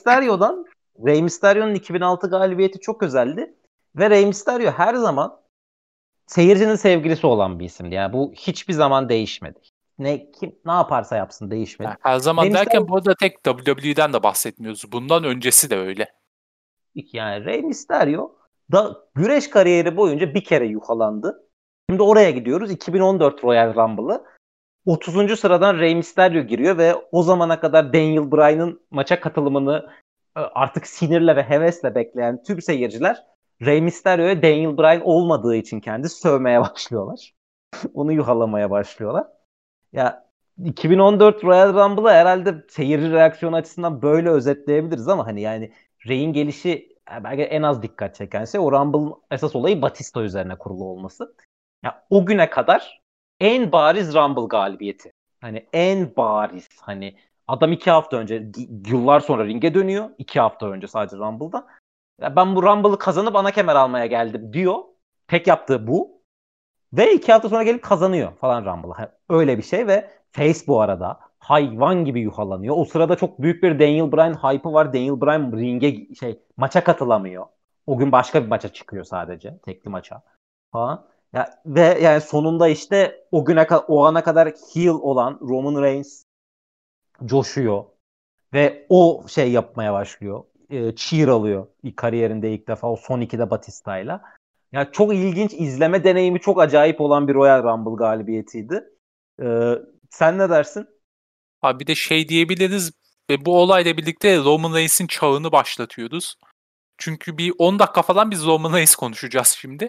Rey Mysterio'nun 2006 galibiyeti çok özeldi. Ve Rey Mysterio her zaman seyircinin sevgilisi olan bir isimdi. Yani bu hiçbir zaman değişmedi. Kim ne yaparsa yapsın değişmedi. Yani her Rey zaman Mysterio derken bu arada tek WWE'den de bahsetmiyoruz. Bundan öncesi de öyle. yani Rey Mysterio da güreş kariyeri boyunca bir kere yuhalandı. Şimdi oraya gidiyoruz. 2014 Royal Rumble'ı. 30. sıradan Rey Mysterio giriyor ve o zamana kadar Daniel Bryan'ın maça katılımını artık sinirle ve hevesle bekleyen tüm seyirciler Rey Mysterio'ya Daniel Bryan olmadığı için kendisi sövmeye başlıyorlar. Onu yuhalamaya başlıyorlar. Ya 2014 Royal Rumble'ı herhalde seyirci reaksiyonu açısından böyle özetleyebiliriz ama hani yani Rey'in gelişi belki en az dikkat çeken şey o Rumble'ın esas olayı Batista üzerine kurulu olması. Ya o güne kadar en bariz Rumble galibiyeti. Hani en bariz hani adam 2 hafta önce yıllar sonra ringe dönüyor. 2 hafta önce sadece Rumble'da. Ya ben bu Rumble'ı kazanıp ana kemer almaya geldim diyor. Tek yaptığı bu. Ve 2 hafta sonra gelip kazanıyor falan Rumble'ı. Öyle bir şey ve Face bu arada hayvan gibi yuhalanıyor. O sırada çok büyük bir Daniel Bryan hype'ı var. Daniel Bryan maça katılamıyor. O gün başka bir maça çıkıyor sadece. Tekli maça falan. Ya, ve yani sonunda işte o ana kadar heel olan Roman Reigns coşuyor ve o şey yapmaya başlıyor. Cheer alıyor kariyerinde ilk defa o son 2'de Batista'yla. Ya çok ilginç, izleme deneyimi çok acayip olan bir Royal Rumble galibiyetiydi. Ee, Sen ne dersin? Abi bir de şey diyebiliriz ve bu olayla birlikte Roman Reigns'in çağını başlatıyoruz. Çünkü bir 10 dakika falan biz Roman Reigns konuşacağız şimdi.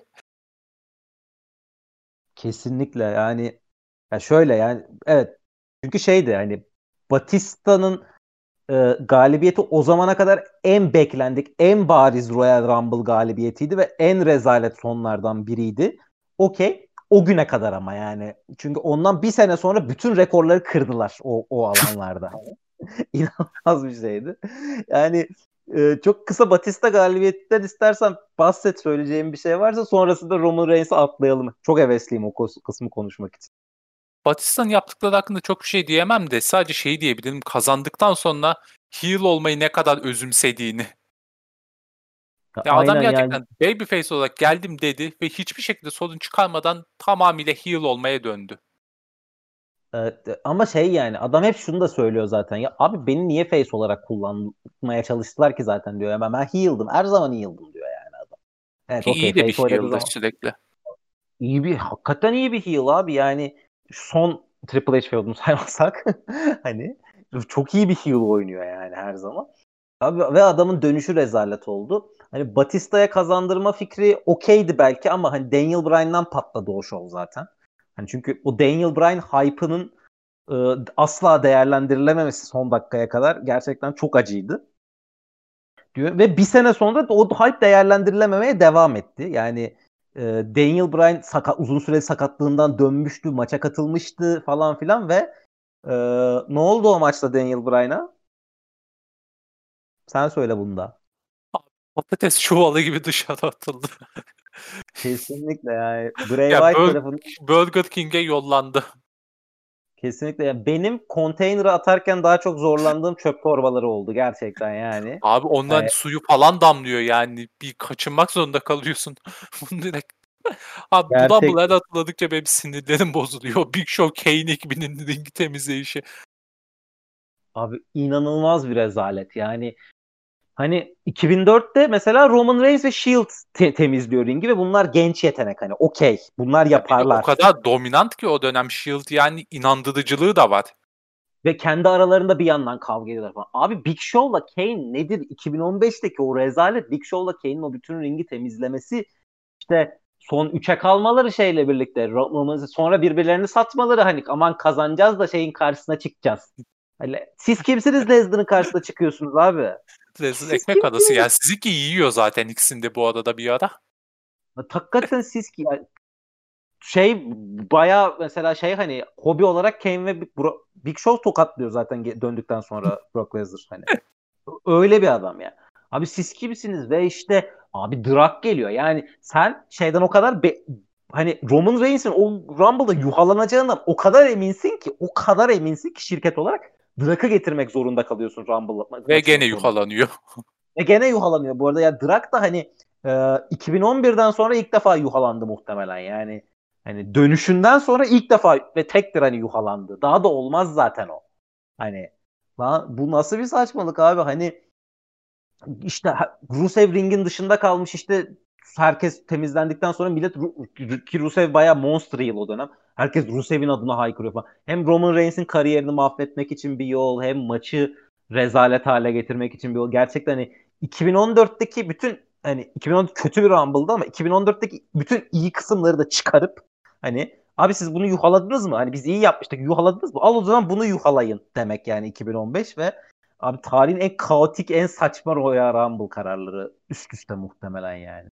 Kesinlikle yani ya şöyle yani evet çünkü şeydi hani Batista'nın galibiyeti o zamana kadar en beklendik, en bariz Royal Rumble galibiyetiydi ve en rezalet sonlardan biriydi. Okey. O güne kadar ama yani. Çünkü ondan bir sene sonra bütün rekorları kırdılar o alanlarda. İnanılmaz bir şeydi. Yani çok kısa Batista galibiyetinden istersen bahset söyleyeceğim bir şey varsa sonrasında Roman Reigns'e atlayalım. Çok hevesliyim o kısmı konuşmak için. Batista'nın yaptıkları hakkında çok bir şey diyemem de sadece şeyi diyebilirim. Kazandıktan sonra heel olmayı ne kadar özümsediğini. Ya, Ya adam aynen yani gerçekten babyface olarak geldim dedi ve hiçbir şekilde sorun çıkarmadan tamamıyla heel olmaya döndü. evet, ama şey yani adam hep şunu da söylüyor zaten. Ya abi beni niye face olarak kullanmaya çalıştılar ki zaten diyor. Ya ben heal'dım. Her zaman heal'dım diyor yani adam. Evet Ki okey iyi de face bir oynadığı heel'dı zaman sürekli. hakikaten iyi bir heel abi yani son Triple H feudunu saymazsak hani çok iyi bir heel oynuyor yani her zaman. Abi ve adamın dönüşü rezalet oldu. Hani Batista'ya kazandırma fikri okeydi belki ama hani Daniel Bryan'dan patladı o show zaten. Hani çünkü o Daniel Bryan hype'ının asla değerlendirilememesi son dakikaya kadar gerçekten çok acıydı. Diyor. Ve bir sene sonra da o hype değerlendirilememeye devam etti. Yani Daniel Bryan uzun süre sakatlığından dönmüştü, maça katılmıştı falan filan ve e, ne oldu o maçta Daniel Bryan'a? Sen söyle bunda. Patates çuvalı gibi dışarı atıldı. Kesinlikle yani Bray Ya Wyatt tarafından Burger King'e yollandı. kesinlikle yani benim konteynere atarken daha çok zorlandığım çöp torbaları oldu gerçekten yani. Abi ondan Yani suyu falan damlıyor yani. Bir kaçınmak zorunda kalıyorsun. Bunu direkt. Abi buradan gerçek buraya da atladıkça benim sinirlerim bozuluyor. Big Show Kane ekibinin ringi temizleyişi. abi inanılmaz bir rezalet yani. Hani 2004'te mesela Roman Reigns ve Shield temizliyor ringi ve bunlar genç yetenek hani okey bunlar Ya bir de o yaparlar. kadar dominant ki o dönem Shield yani inandırıcılığı da var. Ve kendi aralarında bir yandan kavga ediyorlar falan. Abi Big Show'la Kane nedir? 2015'teki o rezalet Big Show'la Kane'in o bütün ringi temizlemesi işte son 3'e kalmaları şeyle birlikte sonra birbirlerini satmaları hani aman kazanacağız da şeyin karşısına çıkacağız. Hani, siz kimsiniz Lesnar'ın karşısına çıkıyorsunuz abi? Rezil Siz ekmek arası kimsiniz? ya. Sizinki yiyor zaten ikisinde bu arada bir ara. Hakikaten siz ki yani şey baya mesela şey hani hobi olarak Kane ve Big Show tokatlıyor zaten döndükten sonra Brock Lesnar hani. Öyle bir adam ya. Abi siz kimsiniz ve işte abi Drak geliyor. Yani sen şeyden o kadar hani Roman Reigns'in o Rumble'da yuhalanacağından o kadar eminsin ki şirket olarak Drak'ı getirmek zorunda kalıyorsun Rumble Ve maçının gene sonunda. yuhalanıyor. Ve gene yuhalanıyor. Bu arada ya Drak da hani 2011'den sonra ilk defa yuhalandı muhtemelen. Yani hani dönüşünden sonra ilk defa ve tektir hani yuhalandı. Daha da olmaz zaten o. Hani lan bu nasıl bir saçmalık abi? Hani işte Rusev ringin dışında kalmış işte herkes temizlendikten sonra millet ki Rusev bayağı monster heel o dönem. Herkes Rusev'in adına haykırıyor falan. Hem Roman Reigns'in kariyerini mahvetmek için bir yol, hem maçı rezalet hale getirmek için bir yol. Gerçekten hani 2014'teki bütün, hani 2014 kötü bir Rumble'dı ama 2014'teki bütün iyi kısımları da çıkarıp hani abi siz bunu yuhaladınız mı? Hani biz iyi yapmıştık, yuhaladınız mı? Al o zaman bunu yuhalayın demek yani 2015 ve abi tarihin en kaotik, en saçma Royal Rumble kararları üst üste muhtemelen yani.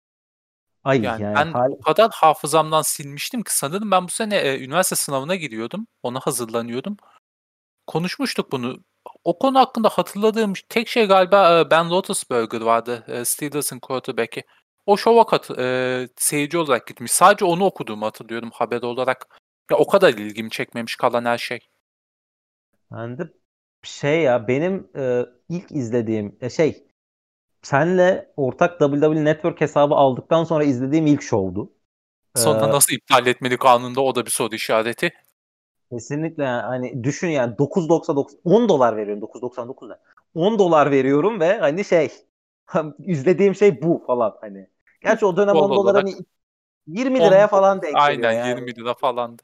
Ay Yani yani ben o kadar hafızamdan silmiştim ki sanırım ben bu sene üniversite sınavına giriyordum. Ona hazırlanıyordum. Konuşmuştuk bunu. O konu hakkında hatırladığım tek şey galiba Ben Roethlisberger vardı. Steelers'ın quarterback'i. O şova seyirci olarak gitmiş. Sadece onu okuduğumu hatırlıyorum haber olarak. Ya o kadar ilgimi çekmemiş kalan her şey. ben de şey ya benim ilk izlediğim şey senle ortak WWE Network hesabı aldıktan sonra izlediğim ilk şovdu. E, Sonra nasıl iptal etmeli kanunda o da bir soru işareti. Kesinlikle yani hani düşün yani 9.99 10 dolar veriyorum 9.99 ne? 10 dolar veriyorum ve hani şey izlediğim şey bu falan hani. Gerçi o dönem Futbol 10 dolar olarak hani 20 liraya 10 falan denk aynen geliyor yani. 20 lira falandı.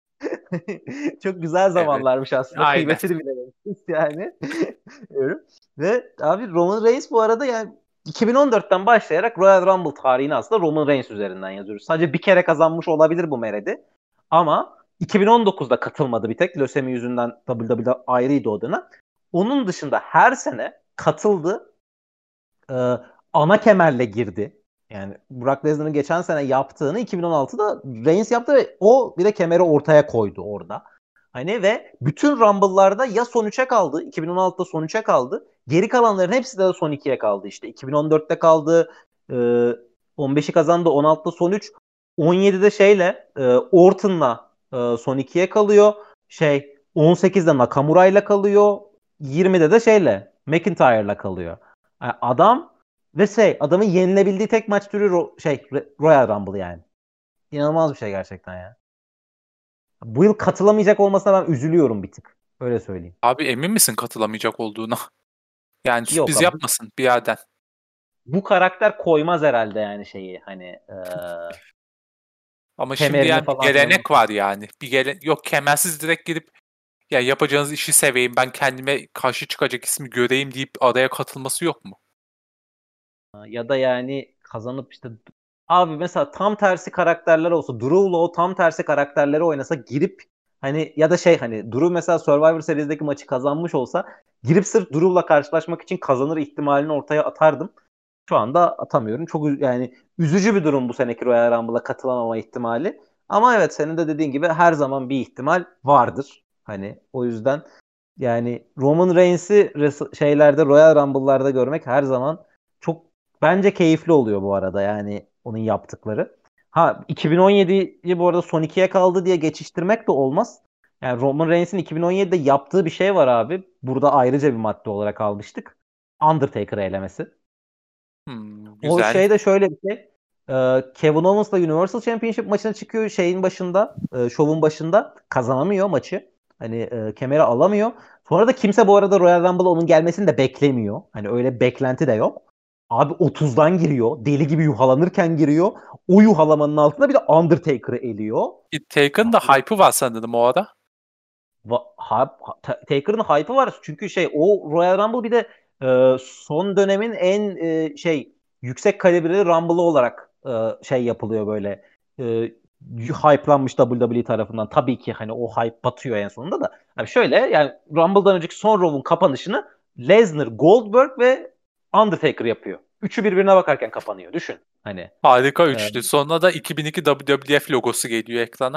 Çok güzel Evet. zamanlarmış aslında. Aynen. Kıymetini bilememişiz yani. Diyorum. Ve abi Roman Reigns bu arada yani 2014'ten başlayarak Royal Rumble tarihini aslında Roman Reigns üzerinden yazıyoruz. Sadece bir kere kazanmış olabilir bu meredi. Ama 2019'da katılmadı bir tek. Lösemi yüzünden WWE'de ayrıydı o dönem. Onun dışında her sene katıldı. Ee, Ana kemerle girdi. Yani Brock Lesnar'ın geçen sene yaptığını 2016'da Reigns yaptı ve o bir de kemeri ortaya koydu orada. Hani ve bütün Rumble'larda ya son 3'e kaldı. 2016'da son 3'e kaldı. Geri kalanların hepsi de son 2'ye kaldı işte. 2014'te kaldı. 15'i kazandı. 16'da son 3. 17'de şeyle Orton'la son 2'ye kalıyor. 18'de Nakamura'yla kalıyor. 20'de de şeyle McIntyre'la kalıyor. Yani adam ve adamın yenilebildiği tek maç türü Royal Rumble yani. İnanılmaz bir şey gerçekten ya. Bu yıl katılamayacak olmasına ben üzülüyorum bir tık. Öyle söyleyeyim. Abi emin misin katılamayacak olduğuna? Yani Yok sürpriz abi yapmasın bir yerden. bu karakter koymaz herhalde yani şeyi hani Ama şimdi kemerini yani bir falan filan. gelenek var yani. Yok kemersiz direkt girip ya yapacağınız işi seveyim ben kendime karşı çıkacak ismi göreyim deyip araya katılması yok mu? Ya da yani kazanıp işte abi mesela tam tersi karakterler olsa Drew'la o tam tersi karakterleri oynasa girip hani ya da hani Drew mesela Survivor Series'deki maçı kazanmış olsa girip sırf Drew'la karşılaşmak için kazanır ihtimalini ortaya atardım. Şu anda atamıyorum. Çok yani üzücü bir durum bu seneki Royal Rumble'a katılamama ihtimali. Ama evet senin de dediğin gibi her zaman bir ihtimal vardır. Hani o yüzden yani Roman Reigns'i şeylerde Royal Rumble'larda görmek her zaman çok bence keyifli oluyor bu arada yani onun yaptıkları. Ha 2017'yi bu arada son ikiye kaldı diye geçiştirmek de olmaz. Yani Roman Reigns'in 2017'de yaptığı bir şey var abi. Burada ayrıca bir madde olarak almıştık. Undertaker elemesi. O Güzel. şey de şöyle bir şey. Kevin Owens'la Universal Championship maçına çıkıyor şeyin başında, şovun başında kazanamıyor maçı. Hani kemeri alamıyor. Sonra da kimse bu arada Royal Rumble'a onun gelmesini de beklemiyor. Hani öyle beklenti de yok. Abi 30'dan giriyor. Deli gibi yuhalanırken giriyor. O yuhalamanın altında bir de Undertaker'ı eliyor. Taken'ın da Abi hype'ı var sanırım o ara. Taker'ın hype'ı var. Çünkü o Royal Rumble bir de son dönemin en yüksek kalibreli Rumble'ı olarak yapılıyor böyle. Hype'lanmış WWE tarafından. Tabii ki hani o hype batıyor en sonunda da. Yani şöyle yani Rumble'dan önceki son Raw'un kapanışını Lesnar, Goldberg ve Undertaker yapıyor. Üçü birbirine bakarken kapanıyor. Düşün. Hani Harika e, üçlü. Sonra da 2002 WWF logosu geliyor ekrana.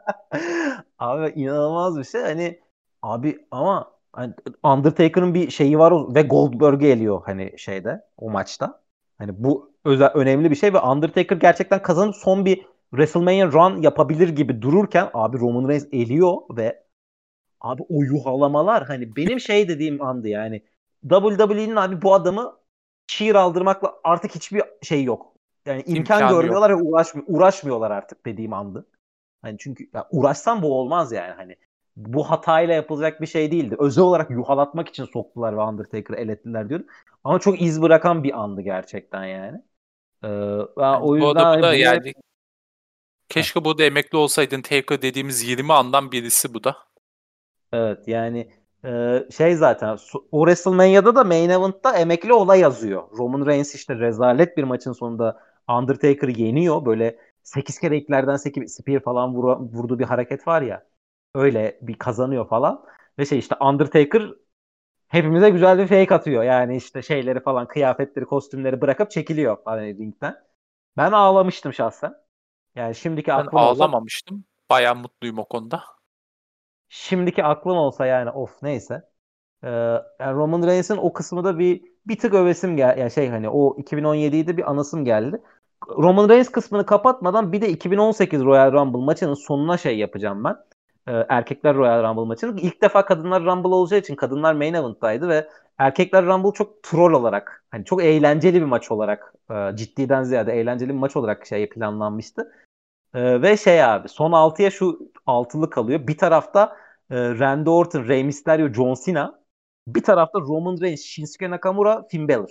Abi inanılmaz bir şey. Hani abi ama hani Undertaker'ın bir şeyi var ve Goldberg'i eliyor hani o maçta. Hani bu önemli bir şey ve Undertaker gerçekten kazanıp son bir WrestleMania run yapabilir gibi dururken abi Roman Reigns eliyor ve abi o yuhalamalar hani benim dediğim andı yani WWE'nin abi bu adamı cheer aldırmakla artık hiçbir şey yok. Yani imkan İmkanı yok. görmüyorlar ve uğraşmıyorlar artık dediğim andı. Hani çünkü ya uğraşsam bu olmaz yani hani. Bu hatayla yapılacak bir şey değildi. Özel olarak yuhalatmak için soktular ve Undertaker'ı elettiler diyorum. Ama çok iz bırakan bir andı gerçekten yani. Yani O bu yüzden arada bu hani da bunu hep... yani keşke burada emekli olsaydın Taker dediğimiz 20 andan birisi bu da. Evet yani şey zaten o WrestleMania'da da Main Event'ta emekli ola yazıyor. Roman Reigns işte rezalet bir maçın sonunda Undertaker'ı yeniyor. Böyle 8 kere ilklerden 8 spear falan vurduğu bir hareket var ya. Öyle bir kazanıyor falan. Ve şey işte Undertaker hepimize güzel bir fake atıyor. Yani işte şeyleri falan kıyafetleri, kostümleri bırakıp çekiliyor falan ringden. Ben ağlamıştım şahsen. Yani Ben ağlamamıştım. Bayağı mutluyum o konuda. şimdiki aklım olsa yani of neyse. Ee, Yani Roman Reigns'in o kısmı da bir tık övesim gel yani şey hani o 2017'yi de bir anasım geldi. Roman Reigns kısmını kapatmadan bir de 2018 Royal Rumble maçının sonuna şey yapacağım ben. Erkekler Royal Rumble maçının. İlk defa kadınlar Rumble olacağı için kadınlar main event'taydı ve erkekler Rumble çok troll olarak hani çok eğlenceli bir maç olarak ciddiden ziyade eğlenceli bir maç olarak şey planlanmıştı. Ve şey abi son 6'ya şu altılı kalıyor. Bir tarafta Randy Orton, Rey Mysterio, John Cena. Bir tarafta Roman Reigns, Shinsuke Nakamura, Finn Balor.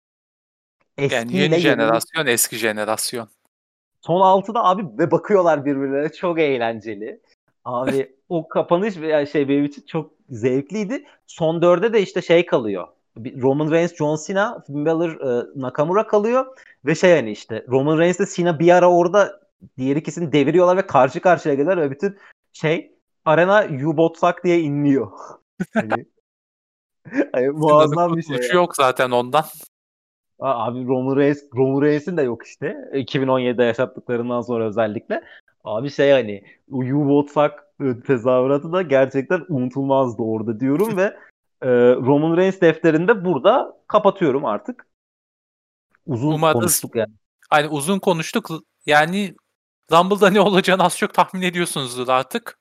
Yani yeni Eskiyle yeninin jenerasyon, eski jenerasyon. son 6'da abi ve bakıyorlar birbirlerine çok eğlenceli. Abi o kapanış veya şey benim için çok zevkliydi. Son 4'e de işte şey kalıyor. Roman Reigns, John Cena, Finn Balor, Nakamura kalıyor. Ve şey hani işte Roman Reigns ile Cena bir ara orada diğer ikisini deviriyorlar ve karşı karşıya geliyorlar ve bütün şey arena U-Boat diye inliyor. Hani, hani Sinan'ın muazzam bir şey kurtuluşu ya. yok zaten ondan. Abi Roman Reigns'in de yok işte. 2017'de yaşattıklarından sonra özellikle. Abi şey hani U-Boat tezahüratı da gerçekten unutulmazdı orada diyorum ve Roman Reigns defterini de burada kapatıyorum artık. Uzun Umarız. konuştuk yani. Hani uzun konuştuk. Yani Rumble'da ne olacağını az çok tahmin ediyorsunuzdur artık.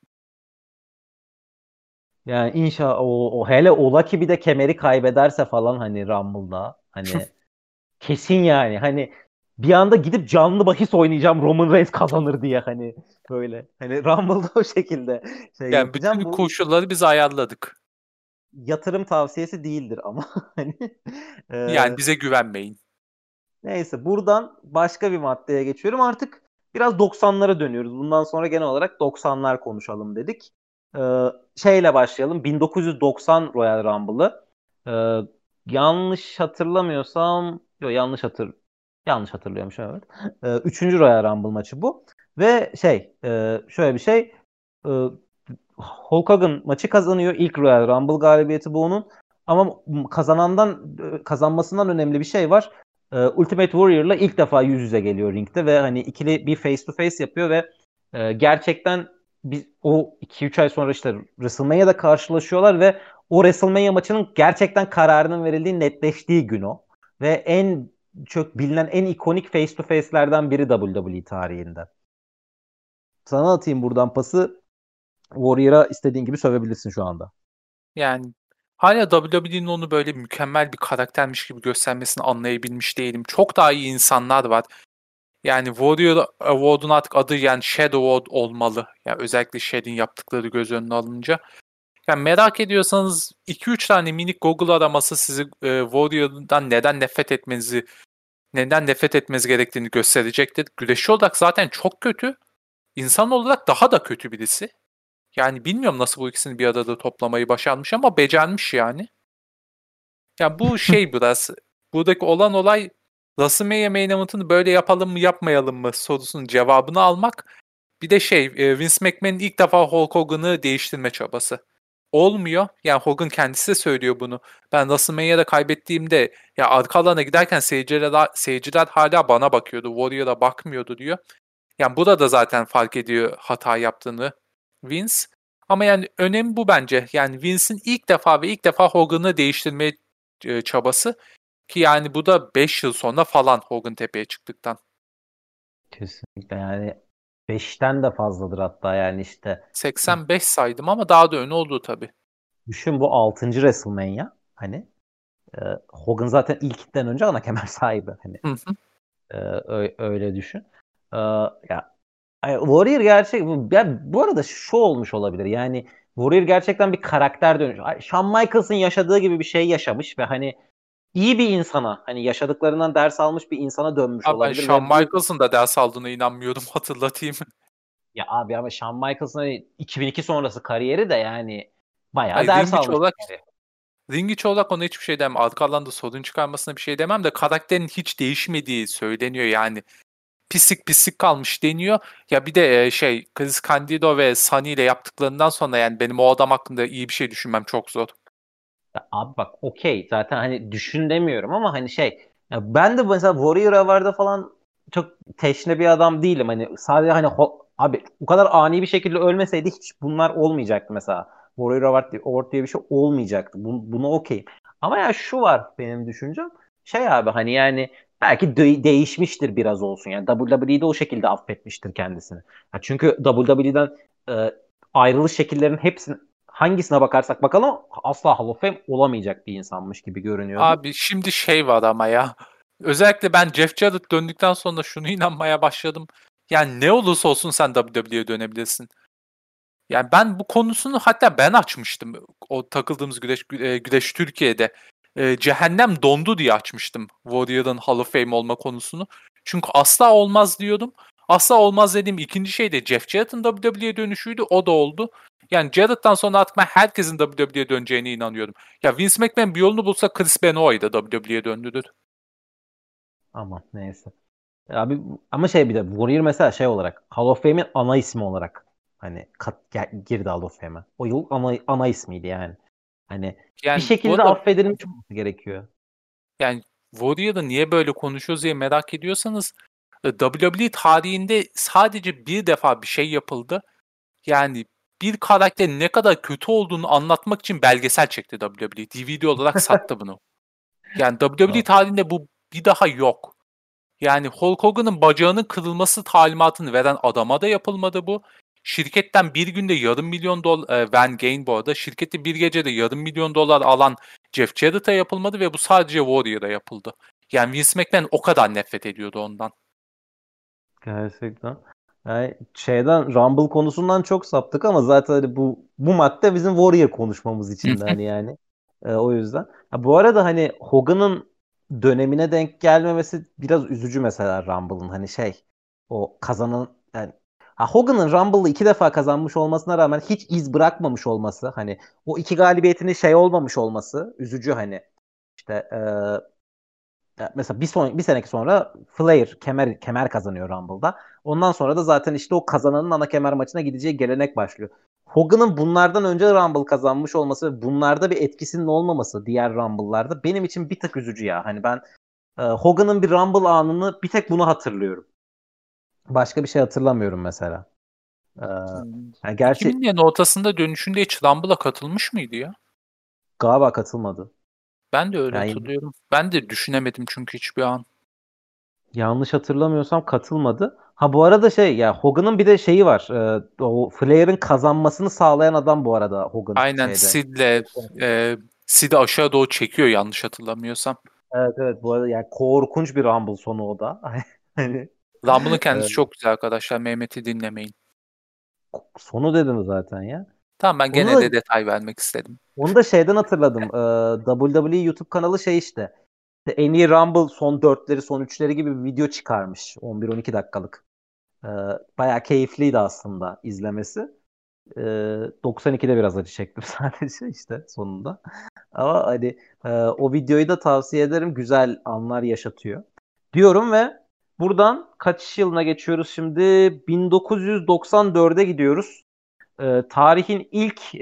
Yani inşallah o hele ola ki bir de kemeri kaybederse falan hani Rumble'da hani kesin yani hani bir anda gidip canlı bahis oynayacağım Roman Reigns kazanır diye hani böyle. Hani Rumble'da o şekilde şey Yani bütün yapacağım. Bu koşulları biz ayarladık. yatırım tavsiyesi değildir ama hani Yani e, bize güvenmeyin. neyse buradan başka bir maddeye geçiyorum. Artık biraz 90'lara dönüyoruz. Bundan sonra genel olarak 90'lar konuşalım dedik. Şeyle başlayalım. 1990 Royal Rumble'ı. Ee, Yanlış hatırlamıyorsam yok yanlış hatırlıyormuş evet. Üçüncü Royal Rumble maçı bu. Ve şey şöyle bir şey e, Hulk Hogan maçı kazanıyor. İlk Royal Rumble galibiyeti bu onun. Ama kazanmasından önemli bir şey var. Ultimate Warrior'la ilk defa yüz yüze geliyor ringde ve hani ikili bir face to face yapıyor ve gerçekten biz o 2-3 ay sonra işte WrestleMania'da karşılaşıyorlar ve o WrestleMania maçının gerçekten kararının verildiği netleştiği gün o. Ve en çok bilinen en ikonik face to face'lerden biri WWE tarihinde. Sana atayım buradan pası. Warrior'a istediğin gibi sövebilirsin şu anda. Yani hala WWE'nin onu böyle mükemmel bir karaktermiş gibi göstermesini anlayabilmiş değilim. Çok daha iyi insanlar var. Yani Warrior Award'un artık adı yani Shed Award olmalı. Yani özellikle Shed'in yaptıkları göz önüne alınca. Yani merak ediyorsanız 2-3 tane minik Google araması sizi Warrior'dan neden nefret etmeniz gerektiğini gösterecektir. Güreşçi olarak zaten çok kötü. İnsan olarak daha da kötü birisi. Yani bilmiyorum nasıl bu ikisini bir arada toplamayı başarmış ama becermiş yani. Ya bu şey biraz buradaki olan olay WrestleMania Main Event'ını böyle yapalım mı yapmayalım mı sorusunun cevabını almak. Bir de şey Vince McMahon'in ilk defa Hulk Hogan'ı değiştirme çabası. Olmuyor. Yani Hogan kendisi de söylüyor bunu. Ben WrestleMania'da kaybettiğimde ya arka alana giderken seyirciler hala bana bakıyordu. Warrior'a bakmıyordu diyor. Yani burada zaten fark ediyor hata yaptığını Vince. Ama yani önemli bu bence. Yani Vince'in ilk defa Hogan'ı değiştirmeye çabası ki yani bu da 5 yıl sonra falan Hogan tepeye çıktıktan. Kesinlikle yani beşten de fazladır hatta yani işte 85 saydım ama daha da öne oldu tabii. düşün bu 6. WrestleMania hani Hogan zaten ilkinden önce ana kemer sahibi hani Hı hı. öyle düşün. Ya Warrior gerçek ya, bu arada şu olmuş olabilir yani Warrior gerçekten bir karakter dönüşü. Shawn Michaels'ın yaşadığı gibi bir şey yaşamış ve hani iyi bir insana, hani yaşadıklarından ders almış bir insana dönmüş Abi ben olabilir Shawn ve bu, Michaels'ın da ders aldığına inanmıyorum, hatırlatayım. ya abi ama Shawn Michaels'ın hani 2002 sonrası kariyeri de yani bayağı Hayır, ders almış bir kere. ring içi olarak ona hiçbir şey demem. Arka alanda sorun çıkarmasına bir şey demem de karakterin hiç değişmediği söyleniyor yani. Pislik pislik kalmış deniyor. Ya bir de Chris Candido ve Sunny ile yaptıklarından sonra yani benim o adam hakkında iyi bir şey düşünmem çok zor. Ya abi bak okey zaten hani düşün demiyorum ama hani şey, ya ben de mesela Warrior Hour'da falan çok teşne bir adam değilim. Hani sadece hani abi o kadar ani bir şekilde ölmeseydi hiç bunlar olmayacaktı mesela. Warrior Award diye bir şey olmayacaktı. Buna okeyim. Ama ya şu var benim düşüncem. Şey abi hani yani belki değişmiştir biraz olsun. Yani WWE'de o şekilde affetmiştir kendisini. Ya çünkü WWE'den ayrılış şekillerinin hepsini hangisine bakarsak bakalım asla Hall of Fame olamayacak bir insanmış gibi görünüyordu. Abi şimdi şey var ama ya. Özellikle ben Jeff Jarrett döndükten sonra şunu inanmaya başladım. Yani ne olursa olsun sen WWE'ye dönebilirsin. Yani ben bu konusunu hatta ben açmıştım. O takıldığımız güreş Türkiye'de. Cehennem dondu diye açmıştım Warrior'ın Hall of Fame olma konusunu. Çünkü asla olmaz diyordum. Asla olmaz dediğim ikinci şey de Jeff Jarrett'ın WWE'ye dönüşüydü. O da oldu. Yani Jarrett'tan sonra artık ben herkesin WWE'ye döneceğine inanıyorum. Ya Vince McMahon bir yolunu bulsa Chris Benoit'ı da WWE'ye döndürür. Ama neyse. Abi ama şey bir de Warrior mesela şey olarak Hall of Fame'in ana ismi olarak hani girdi Hall of Fame'e. O yıl ana ismiydi yani. Hani bir Yani bu şekilde arada affedilmiş olması gerekiyor. yani Warrior'da niye böyle konuşuyoruz diye merak ediyorsanız WWE tarihinde sadece bir defa bir şey yapıldı. Yani bir karakterin ne kadar kötü olduğunu anlatmak için belgesel çekti WWE. DVD olarak sattı bunu. Yani WWE Tamam. tarihinde bu bir daha yok. Yani Hulk Hogan'ın bacağının kırılması talimatını veren adama da yapılmadı bu. Şirketten bir günde yarım milyon dolar, Van Gain bu arada, şirketi bir gecede yarım milyon dolar alan Jeff Jarrett'a yapılmadı ve bu sadece Warrior'a yapıldı. Yani Vince McMahon o kadar nefret ediyordu ondan. Gerçekten. Yani şeyden Rumble konusundan çok saptık ama zaten hani bu madde bizim Warrior konuşmamız için de hani yani. O yüzden. Ha, bu arada hani Hogan'ın dönemine denk gelmemesi biraz üzücü mesela Rumble'ın hani şey o kazanan yani Hogan'ın Rumble'ı iki defa kazanmış olmasına rağmen hiç iz bırakmamış olması hani o iki galibiyetinin şey olmamış olması üzücü hani işte mesela bir seneki sonra Flair kemer kazanıyor Rumble'da. Ondan sonra da zaten işte o kazananın ana kemer maçına gideceği gelenek başlıyor. Hogan'ın bunlardan önce Rumble kazanmış olması ve bunlarda bir etkisinin olmaması diğer Rumble'larda benim için bir tık üzücü ya. Hani ben Hogan'ın bir Rumble anını bir tek bunu hatırlıyorum. Başka bir şey hatırlamıyorum mesela. E, yani gerçi 2000'lerin ortasında dönüşünde hiç Rumble'a katılmış mıydı ya? galiba katılmadı. Ben de öyle Yani hatırlıyorum. Ben de düşünemedim çünkü hiçbir an. yanlış hatırlamıyorsam katılmadı. Ha bu arada şey ya Hogan'ın bir de şeyi var. O Flair'ın kazanmasını sağlayan adam bu arada Hogan Aynen şeyde. Sid'i aşağı doğru çekiyor yanlış hatırlamıyorsam. Evet evet bu arada yani korkunç bir Rumble sonu o da. Hani Rumble'ın e, kendisi çok güzel arkadaşlar. Mehmet'i dinlemeyin. sonu dedim zaten ya. Tamam, ben Onu gene da de detay vermek istedim. onu da şeyden hatırladım. WWE YouTube kanalı şey işte. En iyi Rumble son dörtleri son üçleri gibi bir video çıkarmış. 11-12 dakikalık. Ee, bayağı keyifliydi aslında izlemesi. 92'de biraz acı çektim sadece işte sonunda. Ama hani o videoyu da tavsiye ederim. Güzel anlar yaşatıyor. Diyorum ve buradan kaç yılına geçiyoruz şimdi? 1994'e gidiyoruz. Tarihin ilk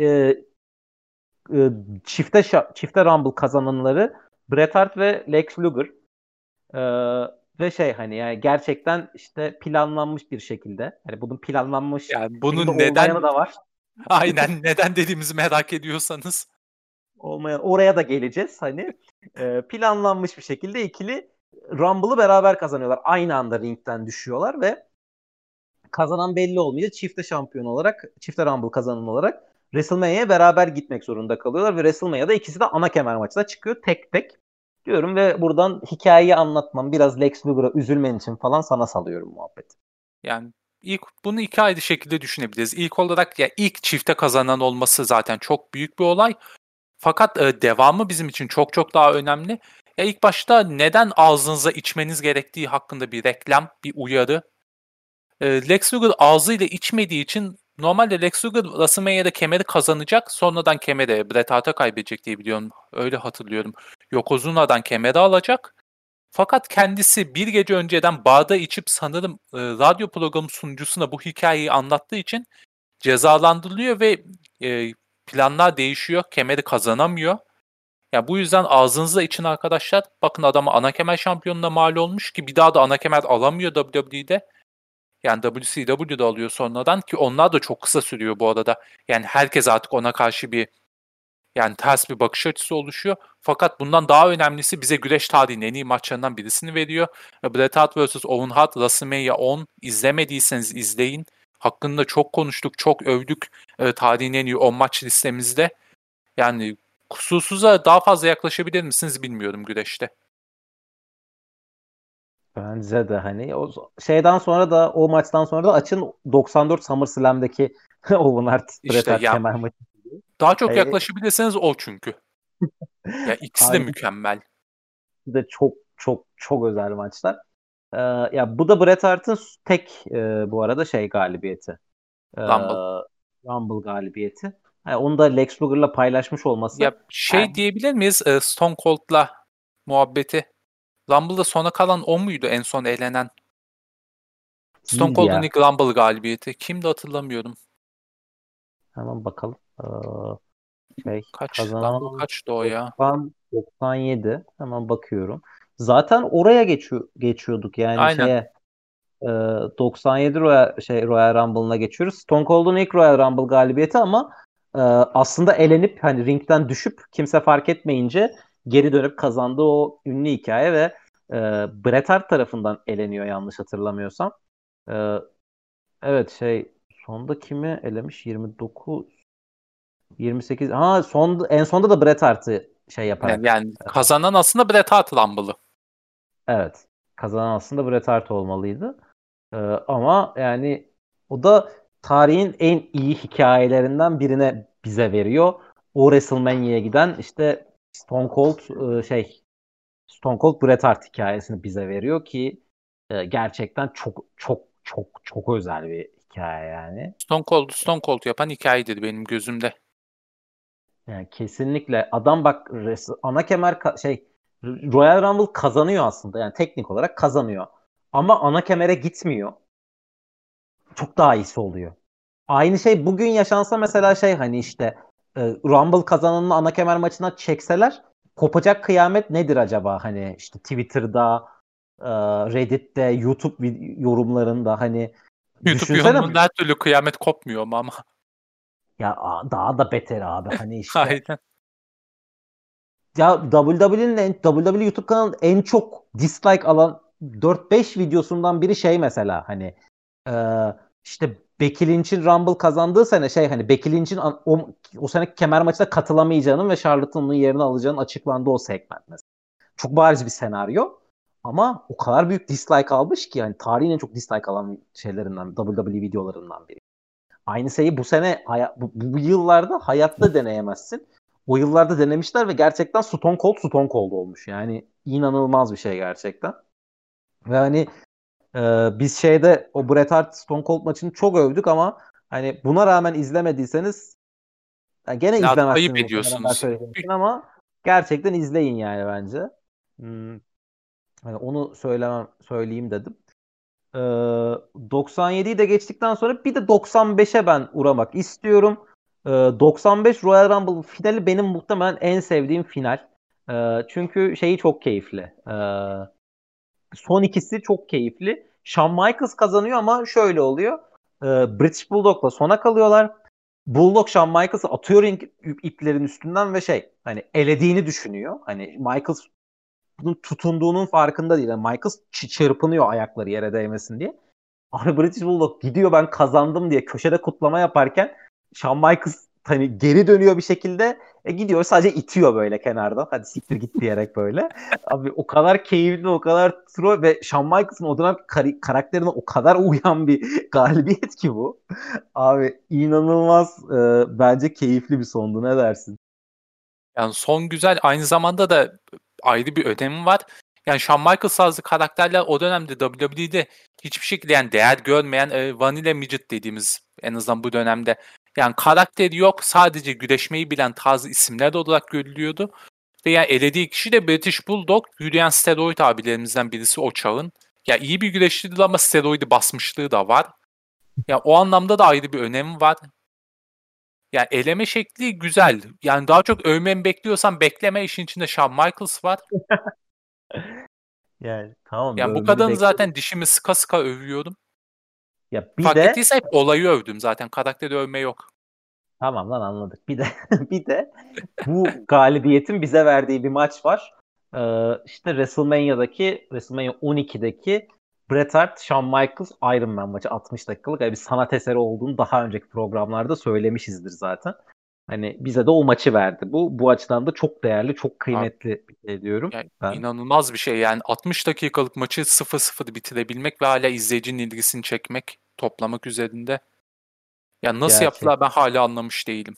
e, çifte Rumble kazananları Bret Hart ve Lex Luger. E, ve şey hani yani gerçekten işte planlanmış bir şekilde. Hani bunun planlanmış Yani şekilde bunu olmayanı neden da var. aynen neden dediğimizi merak ediyorsanız. Olmayan oraya da geleceğiz hani. Planlanmış bir şekilde ikili Rumble'ı beraber kazanıyorlar. Aynı anda ringden düşüyorlar ve kazanan belli olmayınca çifte Rumble kazanan olarak WrestleMania'ya beraber gitmek zorunda kalıyorlar ve WrestleMania'da ikisi de ana kemer maçına çıkıyor tek tek diyorum ve buradan hikayeyi anlatmam biraz Lex Luger'a üzülmen için falan sana salıyorum muhabbeti. Yani bunu iki ayrı şekilde düşünebiliriz. İlk olarak ya ilk çifte kazanan olması zaten çok büyük bir olay. Fakat devamı bizim için çok çok daha önemli. Ya ilk başta neden ağzınıza içmeniz gerektiği hakkında bir reklam, bir uyarı. Lex Luger ağzıyla içmediği için normalde Lex Luger WrestleMania'da kemeri kazanacak. Sonradan kemeri Bret Hart'a kaybedecek diye biliyorum. Öyle hatırlıyorum. Yokozuna'dan kemeri alacak. Fakat kendisi bir gece önceden barda içip sanırım radyo programı sunucusuna bu hikayeyi anlattığı için cezalandırılıyor ve planlar değişiyor. Kemeri kazanamıyor. Ya bu yüzden ağzınıza için arkadaşlar. Bakın adama ana kemer şampiyonuna mal olmuş ki bir daha da ana kemer alamıyor WWE'de. Yani WCW'de alıyor sonradan ki onlar da çok kısa sürüyor bu arada. Yani herkes artık ona karşı bir yani ters bir bakış açısı oluşuyor. Fakat bundan daha önemlisi bize güreş tarihinin en iyi maçlarından birisini veriyor. Bret Hart vs. Owen Hart WrestleMania 10 izlemediyseniz izleyin. Hakkında çok konuştuk, çok övdük tarihin en iyi 10 maç listemizde. Yani kusursuza daha fazla yaklaşabilir misiniz bilmiyorum güreşte. Bence de hani o şeyden sonra da o maçtan sonra da açın 94 SummerSlam'daki Owen Hart Bret İşte Hart ya kemer maçı. daha çok E, yaklaşabilirseniz o çünkü. Ya ikisi de Abi mükemmel. de çok çok çok özel maçlar. Ya bu da Bret Hart'ın tek bu arada şey galibiyeti. Ee, Rumble. Rumble galibiyeti. Yani onu da Lex Luger'la paylaşmış Ya olması şey yani diyebilir miyiz Stone Cold'la muhabbeti? Rumble'da sona kalan o muydu en son elenen? Stone değildi Cold'un ya. ilk Rumble galibiyeti. Kimdi hatırlamıyorum. Hemen bakalım. Şey Kaç? Rumble kazanan kaçtı o ya? 97. Hemen bakıyorum. Zaten oraya geçiyorduk yani Aynen. şeye e, 97 Royal Rumble'ına geçiyoruz. Stone Cold'un ilk Royal Rumble galibiyeti ama aslında elenip hani ringden düşüp kimse fark etmeyince geri dönüp kazandığı o ünlü hikaye ve Bret Hart tarafından eleniyor yanlış hatırlamıyorsam. E, evet sonda kimi elemiş? 29 28. En sonda da Bret Hart'ı yaparak. Yani kazanan aslında Bret Hart Rumble'ı. Evet. Kazanan aslında Bret Hart olmalıydı. Ama yani o da tarihin en iyi hikayelerinden birine bize veriyor. O WrestleMania'ya giden işte Stone Cold Stone Cold Bret Hart hikayesini bize veriyor ki gerçekten çok çok çok çok özel bir hikaye yani. Stone Cold yapan hikayedir benim gözümde. Yani kesinlikle adam bak ana kemer Royal Rumble kazanıyor aslında. Yani teknik olarak kazanıyor. Ama ana kemere gitmiyor. Çok daha iyisi oluyor. Aynı şey bugün yaşansa mesela hani işte Rumble kazananını ana kemer maçına çekseler kopacak kıyamet nedir acaba? Hani işte Twitter'da, Reddit'te, YouTube yorumlarında hani YouTube düşünsene yorumunda her türlü kıyamet kopmuyor mu ama. ya daha da beter abi hani işte Aynen. ya WWE YouTube kanalının en çok dislike alan 4-5 videosundan biri mesela hani e, işte Becky Lynch'in Rumble kazandığı sene hani Becky Lynch'in o sene kemer maçına katılamayacağının ve Charlotte'ın onun yerini alacağının açıklandığı o segment mesela. Çok bariz bir senaryo ama o kadar büyük dislike almış ki yani tarihin en çok dislike alan şeylerinden WWE videolarından biri. Aynı şeyi bu sene bu yıllarda hayatta deneyemezsin. O yıllarda denemişler ve gerçekten Stone Cold olmuş. Yani inanılmaz bir şey gerçekten. Ve hani biz o Bret Hart Stone Cold maçını çok övdük ama hani buna rağmen izlemediyseniz yani gene Ya ayıp izlemezsiniz muhtemelen ben ediyorsunuz. söylediğim için ama gerçekten izleyin yani bence. Hani onu söyleyeyim dedim. Ee, 97'yi de geçtikten sonra bir de 95'e ben uğramak istiyorum. 95 Royal Rumble finali benim muhtemelen en sevdiğim final. Çünkü çok keyifli. Son ikisi çok keyifli. Shawn Michaels kazanıyor ama şöyle oluyor. British Bulldog'la sona kalıyorlar. Bulldog Shawn Michaels'ı atıyor iplerin üstünden ve hani elediğini düşünüyor. Hani Michaels bunun tutunduğunun farkında değil. Yani Michaels çırpınıyor ayakları yere değmesin diye. Abi British Bulldog gidiyor ben kazandım diye köşede kutlama yaparken Shawn Michaels hani geri dönüyor bir şekilde gidiyor sadece itiyor böyle kenardan. Hadi siktir git diyerek böyle. Abi o kadar keyifli o kadar troll ve Shawn Michaels'ın o dönem karakterine o kadar uyan bir galibiyet ki bu. Abi inanılmaz bence keyifli bir sondu ne dersin? Yani son güzel, aynı zamanda da ayrı bir önemi var. Yani Shawn Michaels tarzı karakterler o dönemde WWE'de hiçbir şekilde yani değer görmeyen Vanilla Midget dediğimiz, en azından bu dönemde. Yani karakteri yok, sadece güreşmeyi bilen tarzı isimler olarak görülüyordu. Ve yani elediği kişi de British Bulldog, yürüyen steroid abilerimizden birisi o çağın. Ya iyi bir güreşçiydi ama steroidi basmışlığı da var. Ya o anlamda da ayrı bir önemi var. Yani eleme şekli güzel. Yani daha çok övmemi bekliyorsan bekleme, işin içinde Shawn Michaels var. Yani tamam, Yani bu övmeni kadını bekledim. zaten dişimi sıka sıka övüyordum. Ya bir Fark de ettiyse hep olayı övdüm zaten. Karakteri övme yok. tamam lan, anladık. Bir de bir de bu galibiyetin bize verdiği bir maç var. İşte WrestleMania 12'deki Bret Hart, Shawn Michaels Iron Man maçı, 60 dakikalık. Yani bir sanat eseri olduğunu daha önceki programlarda söylemişizdir zaten. Hani bize de o maçı verdi. Bu açıdan da çok değerli, çok Abi, kıymetli bir şey diyorum yani ben. inanılmaz bir şey. Yani 60 dakikalık maçı 0-0 bitirebilmek ve hala izleyicinin ilgisini çekmek, toplamak üzerinde. Yani nasıl Gerçek, yaptılar ben hala anlamış değilim.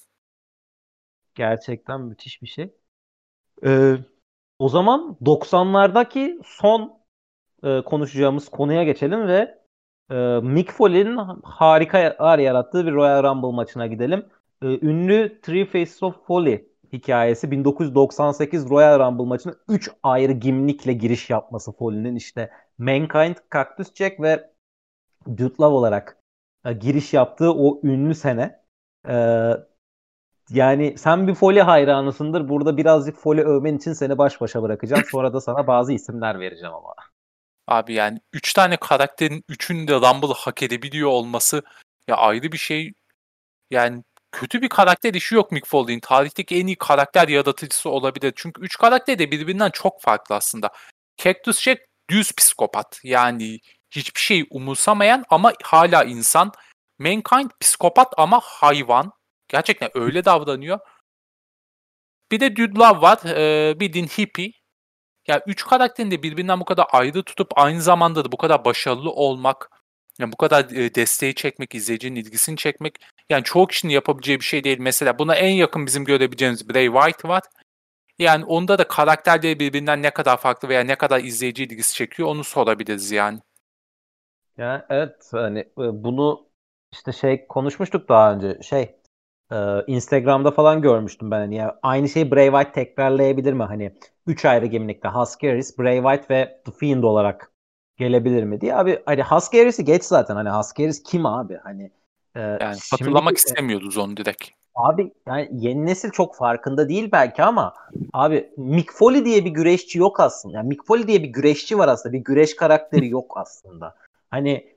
gerçekten müthiş bir şey. Ee, O zaman 90'lardaki son konuşacağımız konuya geçelim ve Mick Foley'nin harika yarattığı bir Royal Rumble maçına gidelim. Ünlü Three Faces of Foley hikayesi, 1998 Royal Rumble maçına 3 ayrı gimmickle giriş yapması Foley'nin, işte Mankind, Cactus Jack ve Dude Love olarak giriş yaptığı o ünlü sene. E, Yani sen bir Foley hayranısındır. Burada birazcık Foley övmen için seni baş başa bırakacağım. Sonra da sana bazı isimler vereceğim ama. Abi yani 3 tane karakterin üçünün de Rumble hak edebiliyor olması ya ayrı bir şey. Yani kötü bir karakter işi yok Mick Foley'in. Tarihteki en iyi karakter yaratıcısı olabilir. Çünkü 3 karakter de birbirinden çok farklı aslında. Cactus Jack düz psikopat. Yani hiçbir şey umursamayan ama hala insan. Mankind psikopat ama hayvan. Gerçekten öyle davranıyor. Bir de Dude Love var. Bildiğin hippie. Ya üç karakterin de birbirinden bu kadar ayrı tutup aynı zamanda da bu kadar başarılı olmak, yani bu kadar desteği çekmek, izleyicinin ilgisini çekmek, yani çoğu kişinin yapabileceği bir şey değil. Mesela buna en yakın bizim görebileceğimiz Bray Wyatt var. Yani onda da karakterleri birbirinden ne kadar farklı veya ne kadar izleyici ilgisi çekiyor onu sorabiliriz yani. Ya evet, hani bunu işte konuşmuştuk daha önce, Instagram'da falan görmüştüm ben, hani ya aynı şeyi Bray Wyatt tekrarlayabilir mi, hani 3 ayrı gimmickte Husky Harris, Bray Wyatt ve The Fiend olarak gelebilir mi diye. Abi hani Husky Harris'i geç zaten, hani Husky Harris kim abi, hani Yani şimdiki hatırlamak istemiyoruz onu direkt. abi, yani yeni nesil çok farkında değil belki ama abi Mick Foley diye bir güreşçi yok aslında. Yani Mick Foley diye bir güreşçi var aslında. Bir güreş karakteri yok aslında. Hani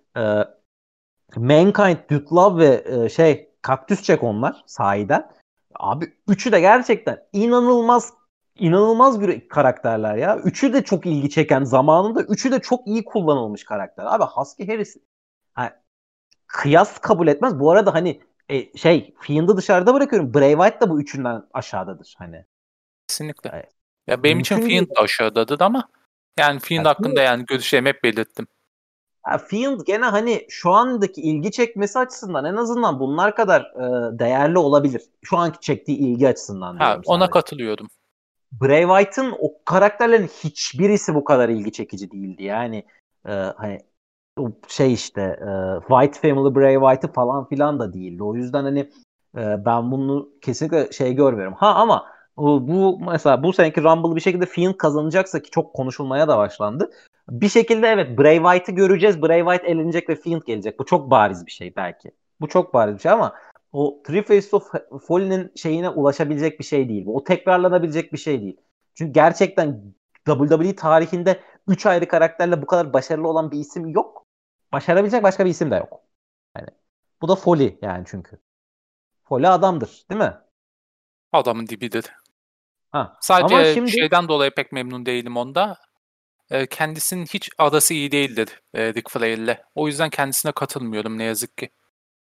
Mankind, Dude Love ve Cactus Jack onlar sahiden. Abi üçü de gerçekten inanılmaz karakterler ya. Üçü de çok ilgi çeken, zamanında üçü de çok iyi kullanılmış karakter. Abi Husky Harris ha, kıyas kabul etmez. Bu arada hani Fiend'ı dışarıda bırakıyorum. Bray Wyatt da bu üçünden aşağıdadır hani. Kesinlikle. Yani, Ya benim için mümkün Fiend değil. de aşağıdadır ama yani Fiend Yani hakkında yani görüşlerimi hep belirttim. Field gene hani şu andaki ilgi çekmesi açısından en azından bunlar kadar değerli olabilir. Şu anki çektiği ilgi açısından Ha, diyorum ona sadece. katılıyorum. Bray Wyatt'ın o karakterlerin hiçbirisi bu kadar ilgi çekici değildi. Yani hani o işte White Family Bray Wyatt'ı falan filan da değildi. O yüzden hani ben bunu kesinlikle görmüyorum. Ha ama bu mesela bu seneki Rumble bir şekilde Fiend kazanacaksa, ki çok konuşulmaya da başlandı. Bir şekilde evet, Bray Wyatt'ı göreceğiz. Bray Wyatt elenecek ve Fiend gelecek. Bu çok bariz bir şey belki. Bu çok bariz bir şey ama o Three Faces of Foley'nin şeyine ulaşabilecek bir şey değil bu. O tekrarlanabilecek bir şey değil. Çünkü gerçekten WWE tarihinde 3 ayrı karakterle bu kadar başarılı olan bir isim yok. Başarabilecek başka bir isim de yok. Yani bu da Foley yani çünkü. Foley adamdır, değil mi? Adamın dibidir. Ha. Ama Sadece şimdi şeyden dolayı pek memnun değilim onda. Kendisinin hiç arası iyi değildir Ric Flair'le. O yüzden kendisine katılmıyorum ne yazık ki.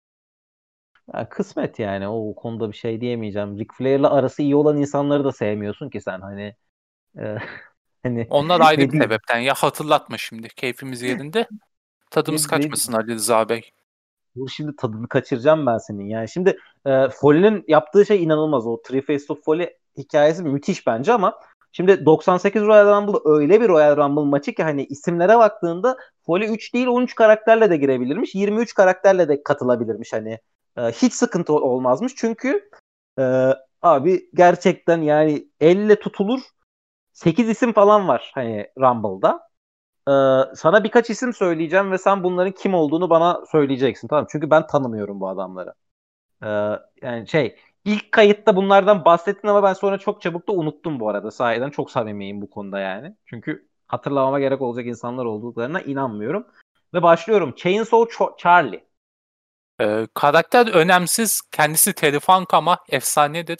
kısmet yani, o konuda bir şey diyemeyeceğim. Ric Flair'la arası iyi olan insanları da sevmiyorsun ki sen, hani e, hani Onlar ayrı ne bir diyeyim? sebepten. Ya hatırlatma şimdi. Keyfimiz yerinde. Tadımız Ne, kaçmasın Ali Rıza Bey. Bu şimdi tadını kaçıracağım ben senin. Yani şimdi Foley'nin yaptığı şey inanılmaz. O Three Faces of Foley hikayesi müthiş bence ama şimdi 98 Royal Rumble öyle bir Royal Rumble maçı ki hani isimlere baktığında Foley 3 değil 13 karakterle de girebilirmiş. 23 karakterle de katılabilirmiş hani. Hiç sıkıntı olmazmış. Çünkü abi gerçekten yani elle tutulur 8 isim falan var hani Rumble'da. Sana birkaç isim söyleyeceğim ve sen bunların kim olduğunu bana söyleyeceksin, tamam mı? Çünkü ben tanımıyorum bu adamları. Ee, yani ilk kayıtta bunlardan bahsettin ama ben sonra çok çabuk da unuttum bu arada. Sahiden çok samimiyim bu konuda yani. Çünkü hatırlamama gerek olacak insanlar olduklarına inanmıyorum. Ve başlıyorum. Chainsaw Charlie. Karakter önemsiz. Kendisi Terry Funk ama efsanedir.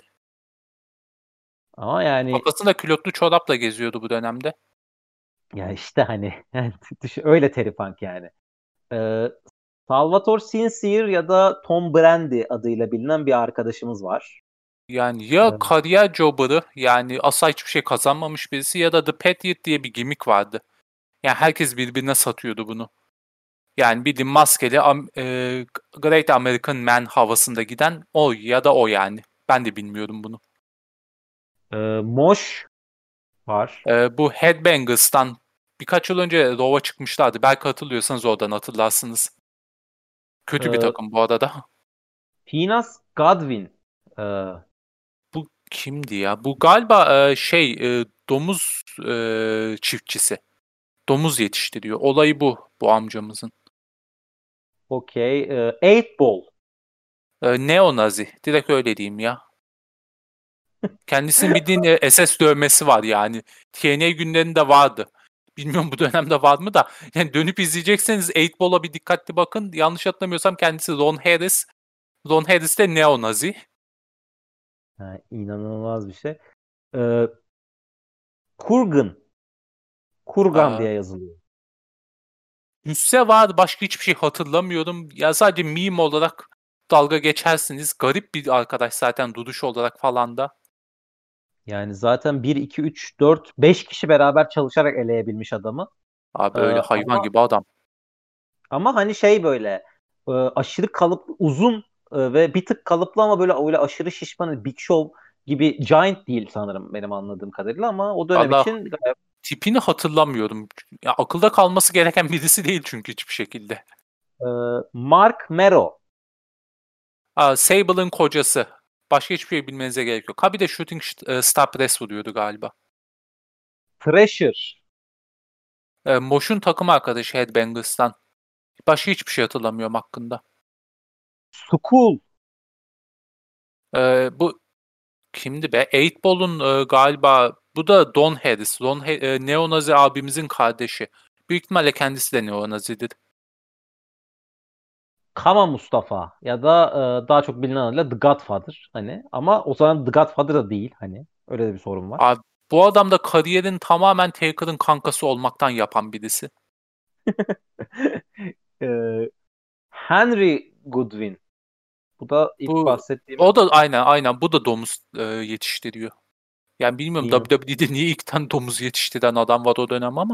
Ama yani Kafasında külotlu çorapla geziyordu bu dönemde. ya işte hani yani öyle Terry Funk yani. Ee, Salvatore Sincere ya da Tom Brandi adıyla bilinen bir arkadaşımız var. Yani ya Ee, kariyer jobber'ı yani asla hiçbir şey kazanmamış birisi ya da The Patriot diye bir gimmick vardı. Yani herkes birbirine satıyordu bunu. Yani bildiğin maskeli Great American Man havasında giden o ya da o yani. Ben de bilmiyorum bunu. Mosh var. Bu Headbangers'tan birkaç yıl önce Raw'a çıkmışlardı. Belki hatırlıyorsanız oradan hatırlarsınız. Kötü bir Ee, takım bu arada. Finas Godwin. Ee, Bu kimdi ya? Bu galiba domuz çiftçisi. Domuz yetiştiriyor. Olayı bu amcamızın. okey. Eight Ball. Neo-Nazi. Direkt öyle diyeyim ya. Kendisinin bildiğin SS dövmesi var yani. TNA günlerinde vardı. Bilmiyorum bu dönemde var mı da. Yani dönüp izleyecekseniz 8 bir dikkatli bakın. Yanlış hatırlamıyorsam kendisi Ron Harris. Ron Harris de Neo-Nazi. Ha, inanılmaz bir şey. Ee, Kurgan. Kurgan Aa, diye yazılıyor. Hüsse var. Başka hiçbir şey hatırlamıyorum. Ya sadece meme olarak dalga geçersiniz. Garip bir arkadaş zaten duruş olarak falan da. Yani zaten bir 2 3 4 5 kişi beraber çalışarak eleyebilmiş adamı. Abi öyle hayvan Ama gibi adam. hani böyle aşırı kalıplı, uzun ve bir tık kalıplı ama böyle öyle aşırı şişman Big Show gibi giant değil sanırım benim anladığım kadarıyla ama o dönem Allah için tipini hatırlamıyorum. Ya, akılda kalması gereken birisi değil çünkü hiçbir şekilde. Mark Mero. Sable'ın kocası. Başka hiçbir şey bilmenize gerek yok. Ha bir de Shooting Star Press vuruyordu galiba. Thrasher. Mosh'un takım arkadaşı Headbangers'tan. Başka hiçbir şey hatırlamıyorum hakkında. Skull. Bu kimdi be? 8 galiba bu da Don Harris. Neo-Nazi abimizin kardeşi. Büyük ihtimalle kendisi de Neo-Nazi'dir. Kama Mustafa ya da daha çok bilinen adıyla The Godfather hani ama o zaman The Godfather da değil hani öyle de bir sorun var. Abi, bu adam da kariyerin tamamen Taker'ın kankası olmaktan yapan birisi. E, Henry Goodwin. Bu da ilk Bu bahsettiğimiz o da aynen bu da domuz yetiştiriyor. Yani bilmiyorum yine WWE'de niye ilk tane domuz yetiştiren adam var o dönem ama.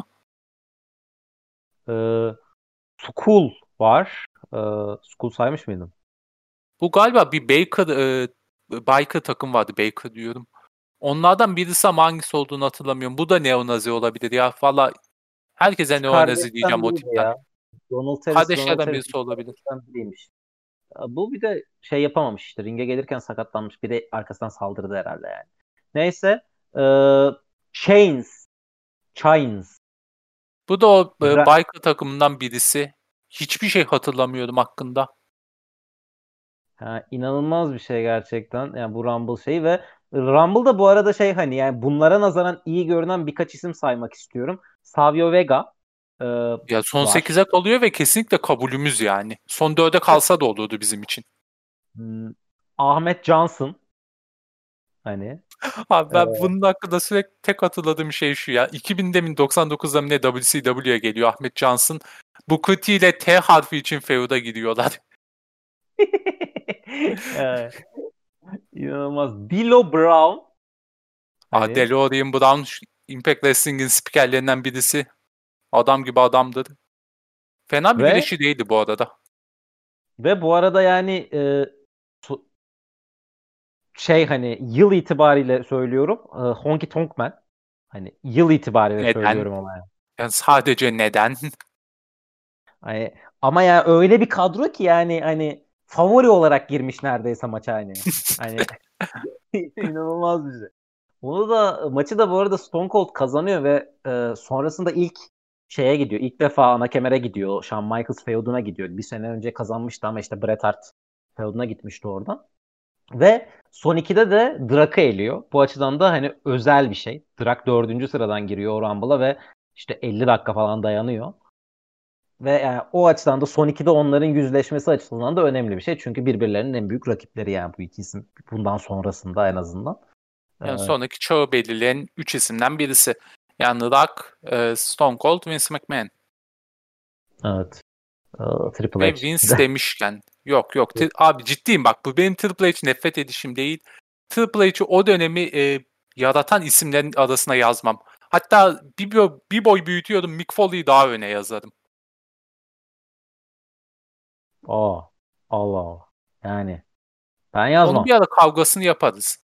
e, Skull var. Skull saymış mıydım? Bu galiba bir biker takım vardı. Baker diyorum. Onlardan birisi ama hangisi olduğunu hatırlamıyorum. Bu da neonazi olabilir ya. Valla herkese Üç neonazi diyeceğim kardeşten o biriydi tipten. ya. Donald Kardeşlerden Harris birisi üç olabilir. kardeşten biriymiş. Bu bir de yapamamış işte. Ringe gelirken sakatlanmış. Bir de arkasından saldırdı herhalde yani. Neyse. E, Chains. Chains. Bu da o biker takımından birisi. Hiçbir şey hatırlamıyorum hakkında. Ha, inanılmaz bir şey gerçekten. Yani bu Rumble şeyi ve Rumble'da bu arada hani yani bunlara nazaran iyi görünen birkaç isim saymak istiyorum. Savio Vega e, Ya son var. 8'e kalıyor ve kesinlikle kabulümüz yani. Son 4'e kalsa da olurdu bizim için. Hmm, Ahmet Johnson hani Abi e, ben bunun hakkında sürekli tek hatırladığım şey şu ya. 2000'de mi 99'da mı ne WCW'ye geliyor Ahmet Johnson. Booker T ile T harfi için feud'a gidiyorlar. e, inanılmaz. D'Lo Brown hani DeLorean Brown Impact Wrestling'in spikerlerinden birisi. Adam gibi adamdır. Fena bir ve güreşi değildi bu arada. Ve bu arada yani so- hani yıl itibariyle söylüyorum. Honky Tonk Man. Hani yıl itibariyle Neden? söylüyorum ama yani. Yani sadece neden? Hani, ama ya öyle bir kadro ki yani hani favori olarak girmiş neredeyse maça hani. Hani inanılmaz bir şey. Maçı da bu arada Stone Cold kazanıyor ve sonrasında ilk şeye gidiyor. İlk defa ana kemere gidiyor. Shawn Michaels feuduna gidiyor. Bir sene önce kazanmıştı ama işte Bret Hart feuduna gitmişti oradan. Ve son 2'de de Drak'ı eliyor. Bu açıdan da hani özel bir şey. Drak 4. sıradan giriyor o Rumble'a ve işte 50 dakika falan dayanıyor. Ve yani o açıdan da son 2'de onların yüzleşmesi açısından da önemli bir şey. Çünkü birbirlerinin en büyük rakipleri yani bu iki isim. Bundan sonrasında en azından. Ee, Yani sonraki çağı belirleyen 3 isimden birisi. Yani Rock, Stone Cold, Vince McMahon. evet. Triple Ve H. Vince demişken yok abi ciddiyim bak bu benim Triple H nefret edişim değil. Triple H'i o dönemi yaratan isimlerin arasına yazmam. Hatta bir boy büyütüyordum, Mick Foley'i daha öne yazarım. Aa, Allah Allah. Yani ben Onun bir yazmam. ara kavgasını yaparız.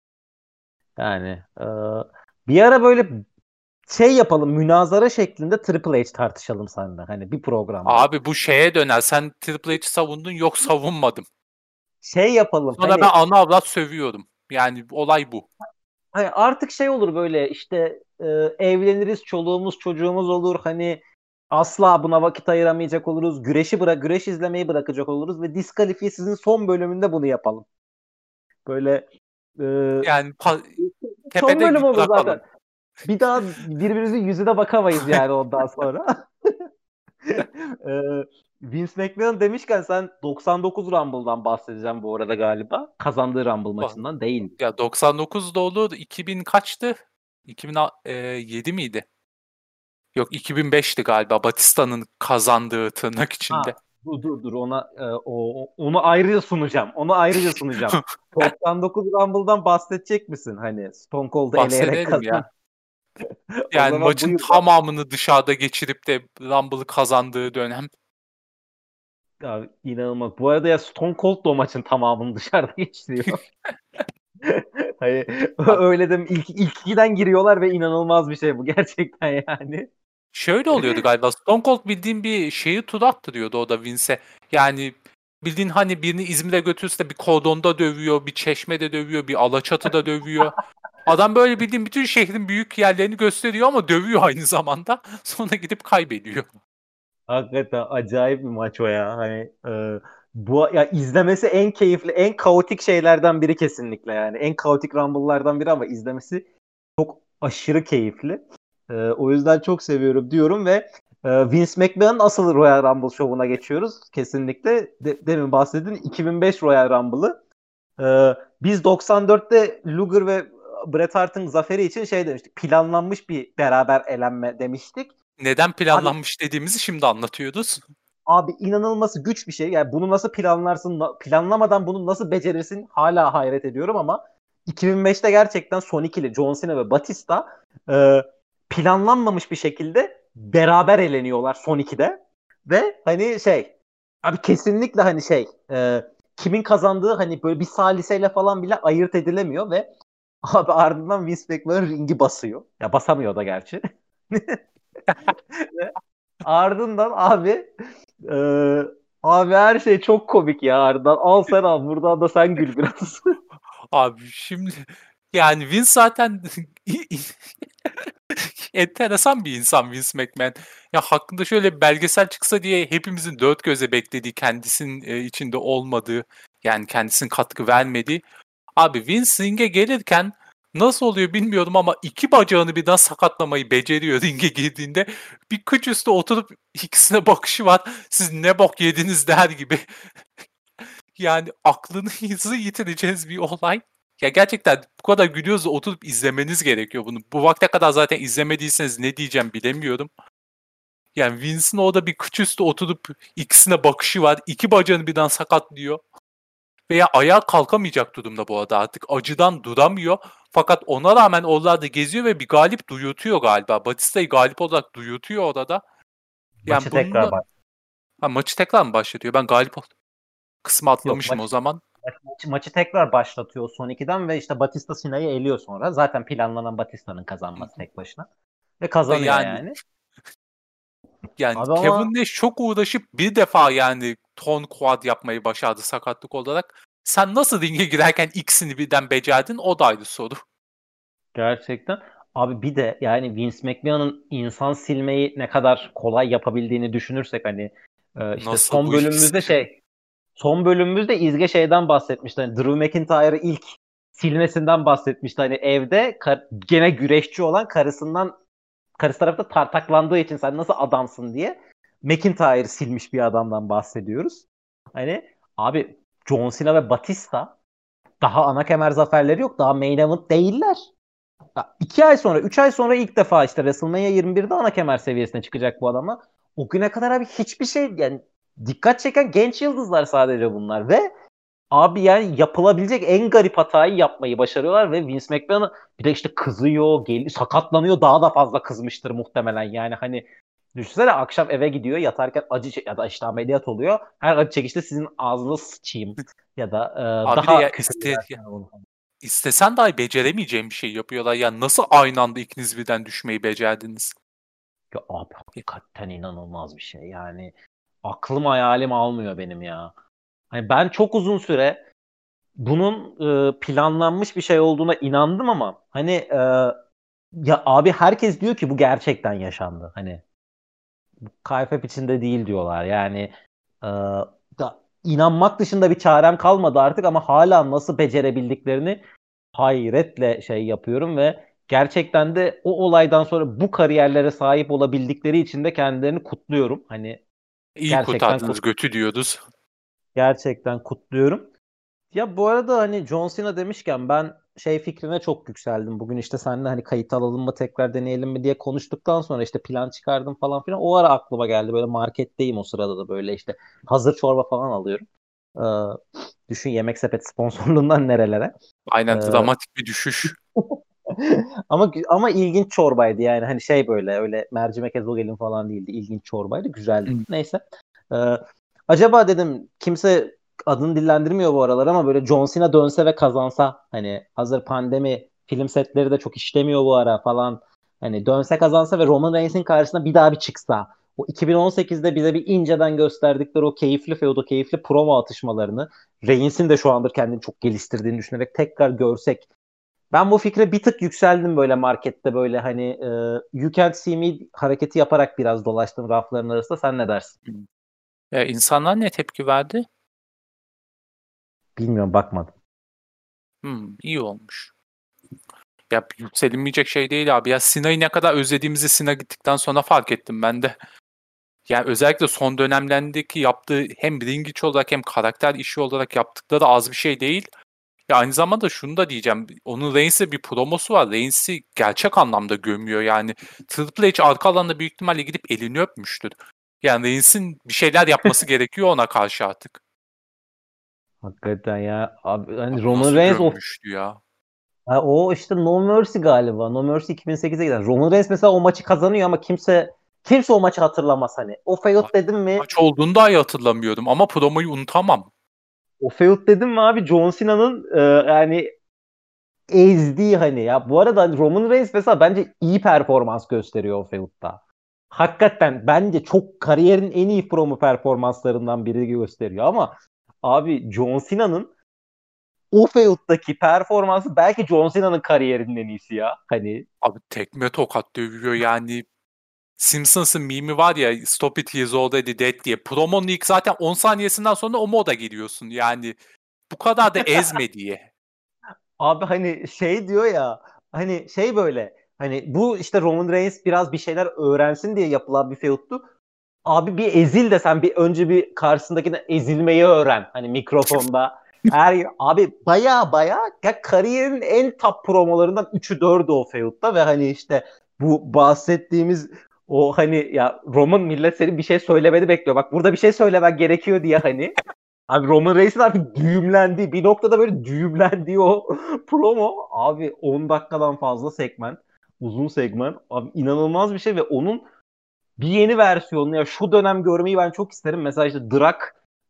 Yani bir ara böyle şey yapalım, münazara şeklinde Triple H tartışalım seninle. Hani bir programda. Abi bu şeye döner. Sen Triple H'i savundun, yok savunmadım. Şey yapalım Sonra ben hani, ana avrat sövüyorum. Yani olay bu. hani artık şey olur böyle işte evleniriz, çoluğumuz çocuğumuz olur. Hani asla buna vakit ayıramayacak oluruz. Güreş izlemeyi bırakacak oluruz ve diskalifiye sizin son bölümünde bunu yapalım. Böyle e, Yani son tepede bölüm olur zaten. bırakalım. Bir daha birbirimizin yüzüne bakamayız yani ondan sonra. Ee, Vince McMahon demişken sen 99 Rumble'dan bahsedeceğim bu arada galiba. Kazandığı Rumble maçından değil. Ya 99'da olur. 2000 kaçtı? 2007 miydi? Yok 2005'ti galiba. Batista'nın kazandığı tırnak içinde. Ha, dur onu ayrıca sunacağım. Onu ayrıca sunacağım. 99 Rumble'dan bahsedecek misin? Hani Stone Cold'u eleyerek Bahsedelim kazan. ya. O Yani zaman maçın buyur. tamamını dışarıda geçirip de Rumble'ı kazandığı dönem. Ya, inanılmaz. Bu arada ya Stone Cold da o maçın tamamını dışarıda geçiriyor. Hani Abi, öyle de ilk 2'den giriyorlar ve inanılmaz bir şey bu gerçekten yani. şöyle oluyordu galiba. Stone Cold bildiğin bir şeyi tur attırıyordu o da Vince'e. Yani bildiğin hani birini İzmir'e götürse de bir Kordon'da dövüyor, bir Çeşme'de dövüyor, bir Alaçatı'da dövüyor. Adam böyle bildiğin bütün şehrin büyük yerlerini gösteriyor ama dövüyor aynı zamanda. Sonra gidip kaybediyor. Hakikaten acayip bir maç o ya. Hani bu ya izlemesi en keyifli, en kaotik şeylerden biri kesinlikle yani. En kaotik Rumble'lardan biri ama izlemesi aşırı keyifli. O yüzden çok seviyorum diyorum ve Vince McMahon'ın asıl Royal Rumble şovuna geçiyoruz. Kesinlikle demin bahsettiğin 2005 Royal Rumble'ı. Biz 94'te Luger ve Bret Hart'ın zaferi için şey demiştik. Planlanmış bir beraber elenme demiştik. Neden Abi planlanmış dediğimizi şimdi anlatıyoruz. Abi inanılması güç bir şey. Yani bunu nasıl planlarsın, planlamadan bunu nasıl becerirsin hala hayret ediyorum ama 2005'te gerçekten son ikili John Cena ve Batista planlanmamış bir şekilde beraber eleniyorlar son 2'de. Ve hani şey abi kesinlikle hani kimin kazandığı hani böyle bir saliseyle falan bile ayırt edilemiyor ve abi ardından Vince McMahon ringi basıyor. Ya basamıyor da gerçi. Ardından e, abi her şey çok komik ya Ardından. Al sen al buradan da sen gül biraz. Abi şimdi yani Vince zaten enteresan bir insan Vince McMahon. Ya hakkında şöyle bir belgesel çıksa diye hepimizin dört göze beklediği, kendisinin içinde olmadığı, yani kendisinin katkı vermediği. Abi Vince ringe gelirken nasıl oluyor bilmiyorum ama iki bacağını birden sakatlamayı beceriyor ringe girdiğinde. Bir kıç üstü oturup ikisine bakışı var. Siz ne bok yediniz der gibi. Yani aklınızı yitireceğiz bir olay. Ya gerçekten bu kadar gülüyoruz da oturup izlemeniz gerekiyor bunu. Bu vakte kadar zaten izlemediyseniz ne diyeceğim bilemiyorum. Yani Vince'in orada bir kıç üstü oturup ikisine bakışı var. İki bacağını birden sakatlıyor. Veya ayağa kalkamayacak durumda bu arada artık. Acıdan duramıyor. Fakat ona rağmen oralarda geziyor ve bir galip duyurtuyor galiba. Batista'yı galip olarak duyurtuyor orada. Yani Maçı tekrar bununla bak. ha, maçı tekrar mı başlatıyor? Ben galip oldum. Kısmı Yok, atlamışım o zaman. maçı tekrar başlatıyor son 2'den ve işte Batista Sina'yı eliyor sonra. Zaten planlanan Batista'nın kazanması tek başına. Ve kazanıyor Yani yani. yani Abi ama Kevin Nash çok uğraşıp bir defa yani ton quad yapmayı başardı sakatlık olarak. Sen nasıl ringe girerken ikisini birden becerdin, o da ayrı soru. gerçekten. Abi bir de yani Vince McMahon'ın insan silmeyi ne kadar kolay yapabildiğini düşünürsek hani işte Nasıl bu ikisi? son bölümümüzde İzge şeyden bahsetmişti. Hani Drew McIntyre'ı ilk silmesinden bahsetmişti. Hani evde gene güreşçi olan karısı tarafta tartaklandığı için sen nasıl adamsın diye McIntyre'ı silmiş bir adamdan bahsediyoruz. Hani abi John Cena ve Batista daha ana kemer zaferleri yok. Daha main event değiller. 2 ay sonra, 3 ay sonra ilk defa işte WrestleMania 21'de ana kemer seviyesine çıkacak bu adamlar. O güne kadar abi hiçbir şey yani dikkat çeken genç yıldızlar sadece bunlar ve abi yani yapılabilecek en garip hatayı yapmayı başarıyorlar ve Vince McMahon bir de işte kızıyor, sakatlanıyor, daha da fazla kızmıştır muhtemelen. Yani hani düşünsene akşam eve gidiyor yatarken ya da işte ameliyat oluyor. Her acı çekişte sizin ağzınıza sıçayım ya da Abi de ya daha kötü bir versiyon. istesen dahi beceremeyeceğim bir şey yapıyorlar. Ya nasıl aynı anda ikiniz birden düşmeyi becerdiniz? Ya abi hakikaten inanılmaz bir şey. Yani aklım hayalim almıyor benim ya. Hani ben çok uzun süre bunun planlanmış bir şey olduğuna inandım ama hani ya abi herkes diyor ki bu gerçekten yaşandı. Hani KFF içinde değil diyorlar. Yani e, inanmak dışında bir çarem kalmadı artık ama hala nasıl becerebildiklerini hayretle şey yapıyorum ve gerçekten de o olaydan sonra bu kariyerlere sahip olabildikleri için de kendilerini kutluyorum. Hani İyi gerçekten kurtardınız götü diyoruz. gerçekten kutluyorum. Ya bu arada hani John Cena demişken ben şey fikrine çok yükseldim. Bugün işte seninle hani kayıt alalım mı tekrar deneyelim mi diye konuştuktan sonra işte plan çıkardım falan filan. O ara aklıma geldi. Böyle marketteyim o sırada da böyle işte hazır çorba falan alıyorum. Düşün Yemek Sepeti sponsorluğundan nerelere. Aynen, Ee, dramatik bir düşüş. ama ilginç çorbaydı yani hani şey böyle öyle mercimek ezogelin falan değildi. İlginç çorbaydı. Güzeldi. Hı. Neyse. Ee, acaba dedim kimse adını dillendirmiyor bu aralar ama böyle John Cena dönse ve kazansa hani hazır pandemi film setleri de çok işlemiyor bu ara falan. Hani dönse kazansa ve Roman Reigns'in karşısına bir daha bir çıksa. O 2018'de bize bir inceden gösterdikleri o keyifli feudo, keyifli promo atışmalarını Reigns'in de şu andır kendini çok geliştirdiğini düşünerek tekrar görsek. Ben bu fikre bir tık yükseldim böyle markette böyle hani you can't see me hareketi yaparak biraz dolaştım rafların arasında. Sen ne dersin? İnsanlar ne tepki verdi? Bilmiyorum bakmadım. İyi olmuş. Ya yükselinmeyecek şey değil abi. Ya Sina'yı ne kadar özlediğimizi Sina gittikten sonra fark ettim ben de. Yani özellikle son dönemlerindeki yaptığı hem ring içi olarak hem karakter işi olarak yaptıkları az bir şey değil. Ya aynı zamanda şunu da diyeceğim. Onun Reigns'e bir promosu var. Reigns'i gerçek anlamda gömüyor. Yani Triple H arka alanda büyük ihtimalle gidip elini öpmüştür. Yani Reigns'in bir şeyler yapması gerekiyor ona karşı artık. Hakikaten ya. Abi, hani Abi Roman nasıl Reigns gömmüştü ya. o işte No Mercy galiba. No Mercy 2008'e giden. Roman Reigns mesela o maçı kazanıyor ama kimse o maçı hatırlamaz hani. O feud dedim mi? Kaç olduğunu dahi hatırlamıyorum ama promoyu unutamam. O feud dedim mi abi John Cena'nın yani ezdiği hani ya. Bu arada hani Roman Reigns mesela bence iyi performans gösteriyor o feud'da. Hakikaten bence çok kariyerin en iyi promo performanslarından biri gösteriyor ama abi John Cena'nın o feud'daki performansı belki John Cena'nın kariyerinin en iyisi ya. Hani Abi tekme tokat dövüyor yani. Simpsons'ın mimi var ya, Stop it he's already dead diye. Promonun ilk zaten 10 saniyesinden sonra o moda giriyorsun. Yani bu kadar da ezme diye. abi hani şey diyor ya hani şey böyle hani bu işte Roman Reigns biraz bir şeyler öğrensin diye yapılan bir feud'tu. Abi bir ezil de sen bir önce bir karşısındakine ezilmeyi öğren. Hani mikrofonda. Abi baya ya kariyerin en top promolarından 3'ü 4'ü o feud'da ve hani işte bu bahsettiğimiz o hani ya Roman millet seni bir şey söylemedi bekliyor. Bak burada bir şey söylemen gerekiyor diye hani. Abi Roman Reigns'in artık düğümlendiği bir noktada böyle düğümlendiği o promo abi 10 dakikadan fazla segment uzun segment abi inanılmaz bir şey ve onun bir yeni versiyonunu ya şu dönem görmeyi ben çok isterim. Mesela işte Drak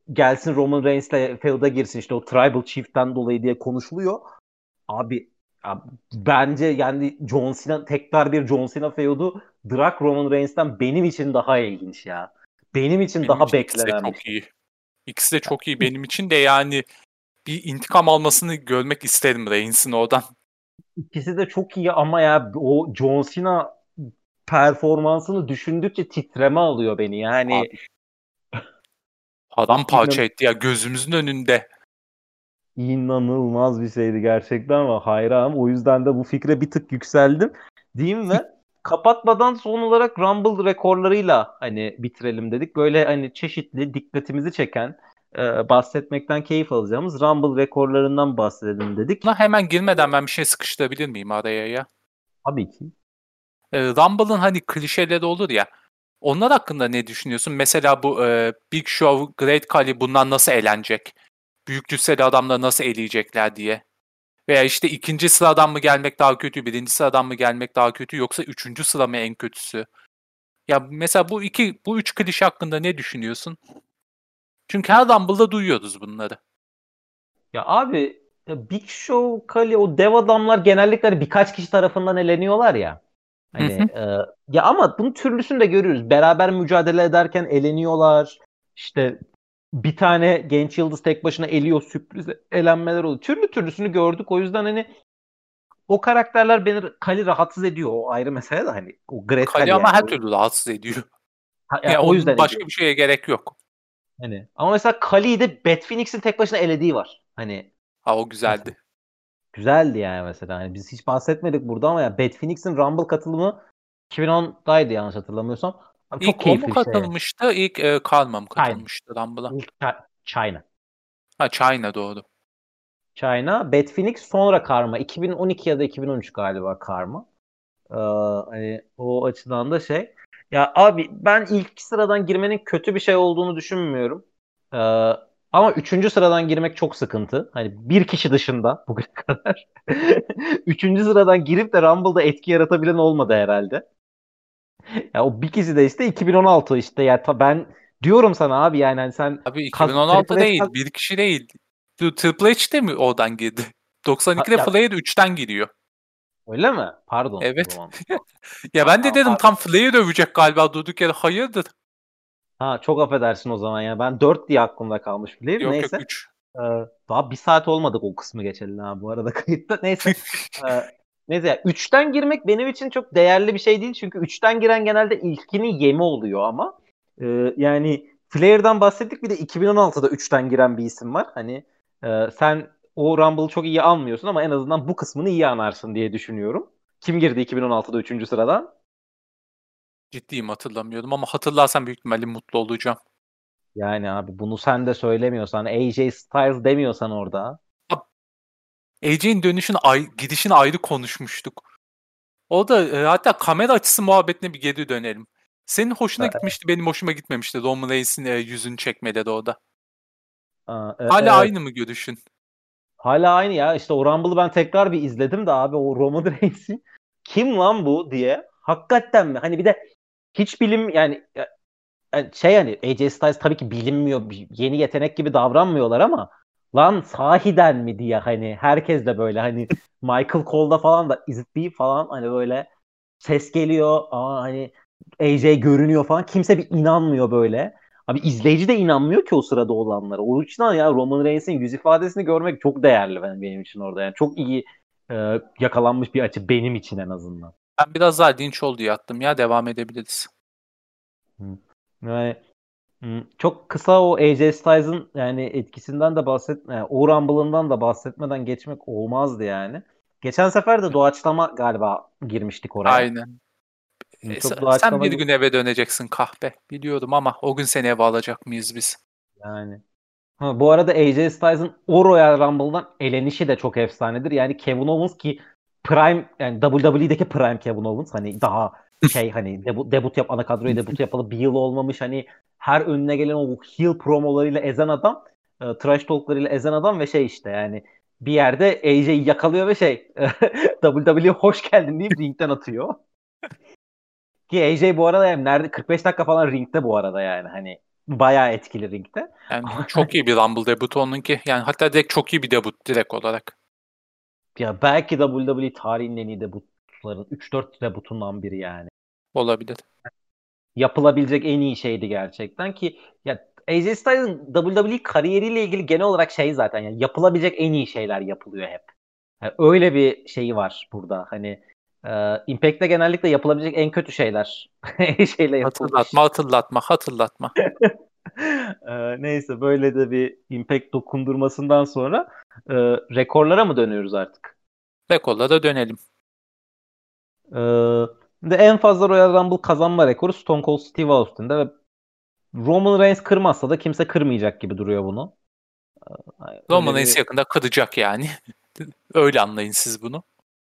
gelsin Roman Reigns'le feud'a girsin işte o Tribal Chief'ten dolayı diye konuşuluyor. Abi ya bence yani John Cena tekrar bir John Cena feud'u Drak Roman Reigns'ten benim için daha ilginç ya. Benim için Benim daha için ikisi de beklenen bir çok şey. iyi. İkisi de çok iyi benim için de, yani bir intikam almasını görmek isterim Reigns'in oradan. İkisi de çok iyi ama ya o John Cena performansını düşündükçe titreme alıyor beni. Yani Abi paramparça inan etti ya gözümüzün önünde. inanılmaz bir şeydi gerçekten ama hayranım. O yüzden de bu fikre bir tık yükseldim. Diyeyim mi? Kapatmadan son olarak Rumble rekorlarıyla hani bitirelim dedik. Böyle hani çeşitli dikkatimizi çeken bahsetmekten keyif alacağımız Rumble rekorlarından bahsedelim dedik. Buna hemen girmeden ben bir şey sıkıştırabilir miyim araya ya? Tabii ki. Rumble'ın hani klişeleri olur ya. Onlar hakkında ne düşünüyorsun? Mesela bu Big Show, Great Khali bunlar nasıl eğlenecek? Büyük cüsseli adamları nasıl eleyecekler diye. Veya işte ikinci sıradan mı gelmek daha kötü, birinci sıradan mı gelmek daha kötü, yoksa üçüncü sıra mı en kötüsü? Ya mesela bu üç klişe hakkında ne düşünüyorsun? Çünkü her Rumble'da duyuyoruz bunları. Ya abi Big Show, Kali o dev adamlar genellikle hani birkaç kişi tarafından eleniyorlar ya. Hı Hani hı. ya ama bunun türlüsünü de görüyoruz. Beraber mücadele ederken eleniyorlar. İşte bir tane genç yıldız tek başına eliyor, sürpriz elenmeler oluyor. Türlü türlüsünü gördük. O yüzden hani o karakterler beni Kali rahatsız ediyor. O ayrı mesele de hani o Great Khali Kali ama yani. her türlü rahatsız ediyor. Yani Ya o yüzden onun ediyor. başka bir şeye gerek yok. Hani ama mesela Kali'yi de Bat Phoenix'in tek başına elediği var. Hani Ha, o mesela güzeldi. güzeldi yani mesela. Hani biz hiç bahsetmedik burada ama ya Bat Phoenix'in Rumble katılımı 2010'daydı yanlış hatırlamıyorsam. Abi çok İlk o mu keyifli bir şey. katılmıştı, ilk Karma mı China. katılmıştı Rumble'a? İlk China. Ha, China doğru. China. Bat Phoenix sonra Karma. 2012 ya da 2013 galiba Karma. Hani o açıdan da şey. Ya abi ben ilk sıradan girmenin kötü bir şey olduğunu düşünmüyorum. Ee, ama üçüncü sıradan girmek çok sıkıntı. Hani bir kişi dışında bugüne kadar. Üçüncü sıradan girip de Rumble'da etki yaratabilen olmadı herhalde. Ya o bir kişi de işte 2016 işte ya ben diyorum sana abi yani hani sen Abi Triple 2016 H değil, bir kişi değil. Triple H de mi oradan girdi? 92'de ya Flair 3'ten giriyor. öyle mi? Pardon o Evet. zaman. Ya ben de dedim Abi, tam Flair övecek galiba durduk yere. Hayırdır? ha çok affedersin o zaman ya. Ben 4 diye aklımda kalmış bileyim. Yok yok, Neyse. 3. Ee, daha bir saat olmadık o kısmı geçelim ha bu arada kayıtta. Neyse. Ee, neyse ya 3'ten girmek benim için çok değerli bir şey değil. Çünkü üçten giren genelde ilkinin yemi oluyor ama. Yani Flair'dan bahsettik bir de 2016'da üçten giren bir isim var. Hani sen o Rumble'ı çok iyi anmıyorsun ama en azından bu kısmını iyi anarsın diye düşünüyorum. Kim girdi 2016'da üçüncü sıradan? Ciddiyim, hatırlamıyorum ama hatırlarsam büyük ihtimalle mutlu olacağım. Yani abi bunu sen de söylemiyorsan, AJ Styles demiyorsan orada. AJ'in gidişini ayrı konuşmuştuk. O da hatta kamera açısı muhabbetine bir geri dönelim. Senin hoşuna gitmişti, benim hoşuma gitmemişti. Roman Reigns'in yüzünü çekmeleri o da. Hala aynı Evet. mı görüşün? Hala aynı ya. İşte o Rumble'ı ben tekrar bir izledim de abi o Roman Reigns'in kim lan bu diye. Hakikaten mi? Hani bir de hiç bilim yani şey hani AJ Styles tabii ki bilinmiyor. Yeni yetenek gibi davranmıyorlar ama lan sahiden mi diye hani herkes de böyle hani Michael Cole'da falan da Is It Me falan hani böyle ses geliyor. Aa hani AJ görünüyor falan. Kimse bir inanmıyor böyle. Abi izleyici de inanmıyor ki o sırada olanlara. O yüzden ya Roman Reigns'in yüz ifadesini görmek çok değerli benim için orada. Yani çok iyi yakalanmış bir açı benim için en azından. Ben biraz daha dinç ol diye attım ya, devam edebiliriz. Hı. Yani çok kısa o AJ Styles'ın yani etkisinden de yani o Rumble'ından da bahsetmeden geçmek olmazdı yani. Geçen sefer de doğaçlama galiba girmiştik oraya. Aynen. Çok Sen doğaçlama bir gün eve döneceksin kahpe. Biliyorum ama o gün seni eve alacak mıyız biz? yani. Ha, bu arada AJ Styles'ın o Royal Rumble'dan elenişi de çok efsanedir. Yani Kevin Owens ki Prime yani WWE'deki Prime Kevin Owens hani daha şey hani debut yap ana kadroya debut yapalı bir yıl olmamış hani her önüne gelen o heel promolarıyla ezen adam trash talklarıyla ezen adam ve şey işte yani bir yerde AJ'yi yakalıyor ve şey WWE hoş geldin deyip ringden atıyor. Ki AJ bu arada yani nerede 45 dakika falan ringde bu arada yani hani bayağı etkili ringde. Yani çok iyi bir Rumble debutu onunki. Yani hatta direkt çok iyi bir debut direkt olarak Ya belki WWE tarihinin en iyi debutların 3-4 debutundan biri yani. olabilir. Yapılabilecek en iyi şeydi gerçekten ki ya AJ Styles'ın WWE kariyeriyle ilgili genel olarak şey zaten yani yapılabilecek en iyi şeyler yapılıyor hep. Yani öyle bir şeyi var burada. Hani Impact'te genellikle yapılabilecek en kötü şeyler şeyle yapılmış. Hatırlatma. Neyse böyle de bir Impact dokundurmasından sonra rekorlara mı dönüyoruz artık? Rekorla da dönelim. De en fazla Royal Rumble kazanma rekoru Stone Cold Steve Austin'de ve Roman Reigns kırmazsa da kimse kırmayacak gibi duruyor bunu. Roman Öyle Reigns bir yakında kıracak yani. Öyle anlayın siz bunu.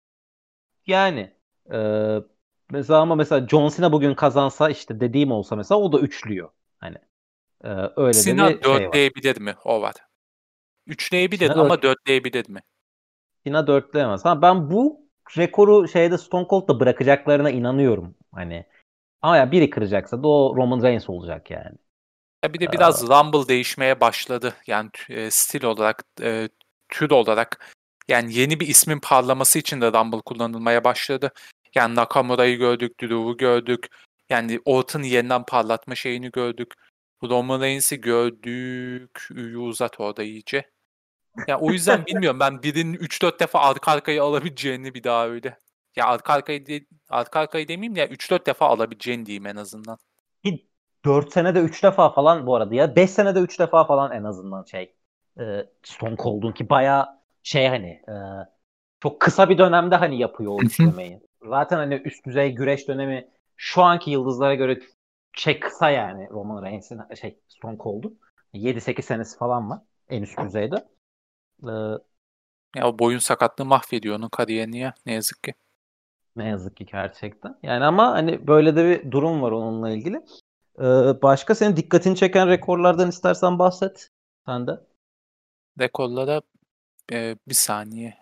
yani e, mesela ama mesela John Cena bugün kazansa işte dediğim olsa mesela o da üçlüyor. Hani öyle de Cena bir şey var. dörtleyebilir mi? O var. Üçleyebilir Cena ama 4 dörtleyebilir mi? Cena dörtleyemez. Ha ben bu rekoru şeyde Stone Cold'da bırakacaklarına inanıyorum. Hani ama ya biri kıracaksa da o Roman Reigns olacak yani. Ya bir de biraz Ee, Rumble değişmeye başladı. Yani stil olarak, tür olarak. Yani yeni bir ismin parlaması için de Rumble kullanılmaya başladı. Yani Nakamura'yı gördük, Drew'u gördük. Yani Orton'u yeniden parlatma şeyini gördük. Roman Reigns'i gördük. Üyü uzat orada iyice. Ya o yüzden bilmiyorum ben birinin 3-4 defa arka arkaya alabileceğini bir daha öyle. Ya arka arkayı demeyeyim de ya 3-4 defa alabileceğini diyeyim en azından. Ki 4 senede 3 defa falan bu arada ya 5 senede 3 defa falan en azından şey Stone Cold'un ki bayağı şey hani çok kısa bir dönemde hani yapıyor o üçlemeyi. Zaten hani üst düzey güreş dönemi şu anki yıldızlara göre şey kısa yani Roman Reigns'in şey Stone Cold'un 7-8 senesi falan var en üst düzeyde. Ee, Ya o boyun sakatlığı mahvediyor onun kariyerini ya ne yazık ki. Ne yazık ki gerçekten. Yani ama hani böyle de bir durum var onunla ilgili. Başka senin dikkatini çeken rekorlardan istersen bahset. Sen de. Rekorlara bir saniye.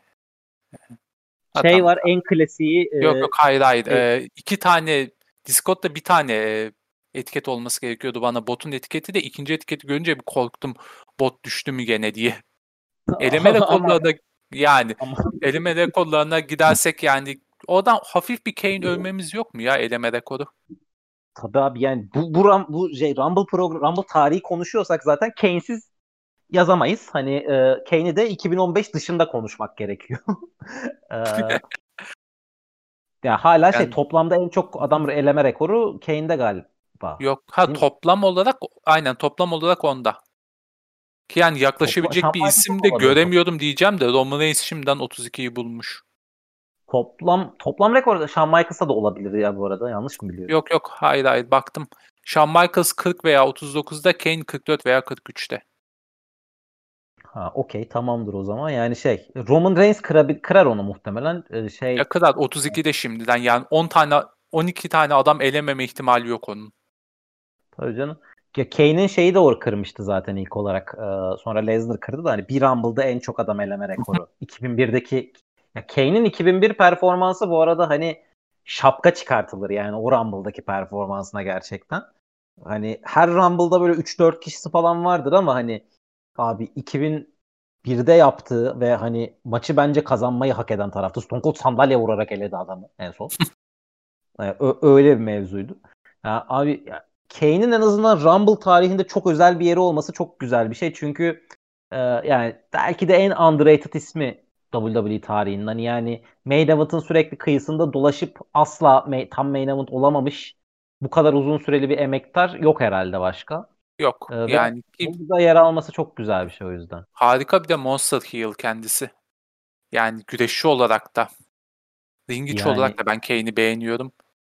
Ha Şey tamam. var en klasiği Yok hayır. şey, İki tane Discord'da bir tane etiket olması gerekiyordu bana. Botun etiketi de ikinci etiketi görünce bir korktum. Bot düştü mü gene diye. Eleme ama rekorlarına yani ama eleme rekorlarına gidersek yani oradan hafif bir Kane övmemiz yok mu ya eleme rekoru? tabii abi yani bu şey Rumble tarihi konuşuyorsak zaten Kane'siz yazamayız. Hani Kane'i de 2015 dışında konuşmak gerekiyor. E, Ya hala şey Yani toplamda en çok adam eleme rekoru Kane'de galiba. yok ha Değil mi? toplam olarak aynen toplam olarak onda. Ki yani Shawn yaklaşabilecek bir Michaels'da isim da de olabilir. göremiyorum diyeceğim de Roman Reigns şimdiden 32'yi bulmuş. Toplam rekor Shawn Michaels'ta da olabilir ya bu arada. Yanlış mı biliyorum? Yok hayır baktım. Shawn Michaels 40 veya 39'da Kane 44 veya 43'te. Ha, okey tamamdır o zaman. Yani şey Roman Reigns kırar onu muhtemelen. Ya Şey kadar 32'de şimdiden yani 10 tane 12 tane adam elememe ihtimali yok onun. tabii canım. Ya Kane'in şeyi de kırmıştı zaten ilk olarak. Sonra Lesnar kırdı da hani bir Rumble'da en çok adam eleme rekoru. 2001'deki ya Kane'in 2001 performansı bu arada hani şapka çıkartılır yani o Rumble'daki performansına gerçekten. Hani her Rumble'da böyle 3-4 kişisi falan vardır ama hani abi 2001'de yaptığı ve hani maçı bence kazanmayı hak eden tarafta. Stone Cold sandalye vurarak eledi adamı en son. Öyle bir mevzuydu. Ya abi ya, Kane'in en azından Rumble tarihinde çok özel bir yeri olması çok güzel bir şey. Çünkü yani belki de en underrated ismi WWE tarihinden. Yani Main Event'ın sürekli kıyısında dolaşıp asla tam Main Event olamamış bu kadar uzun süreli bir emektar yok herhalde başka. Yok Ve yani ki burada yer alması çok güzel bir şey o yüzden. harika bir de Monster Heel kendisi. Yani güreşçi olarak da ring içi olarak Yani da ben Kane'i beğeniyorum.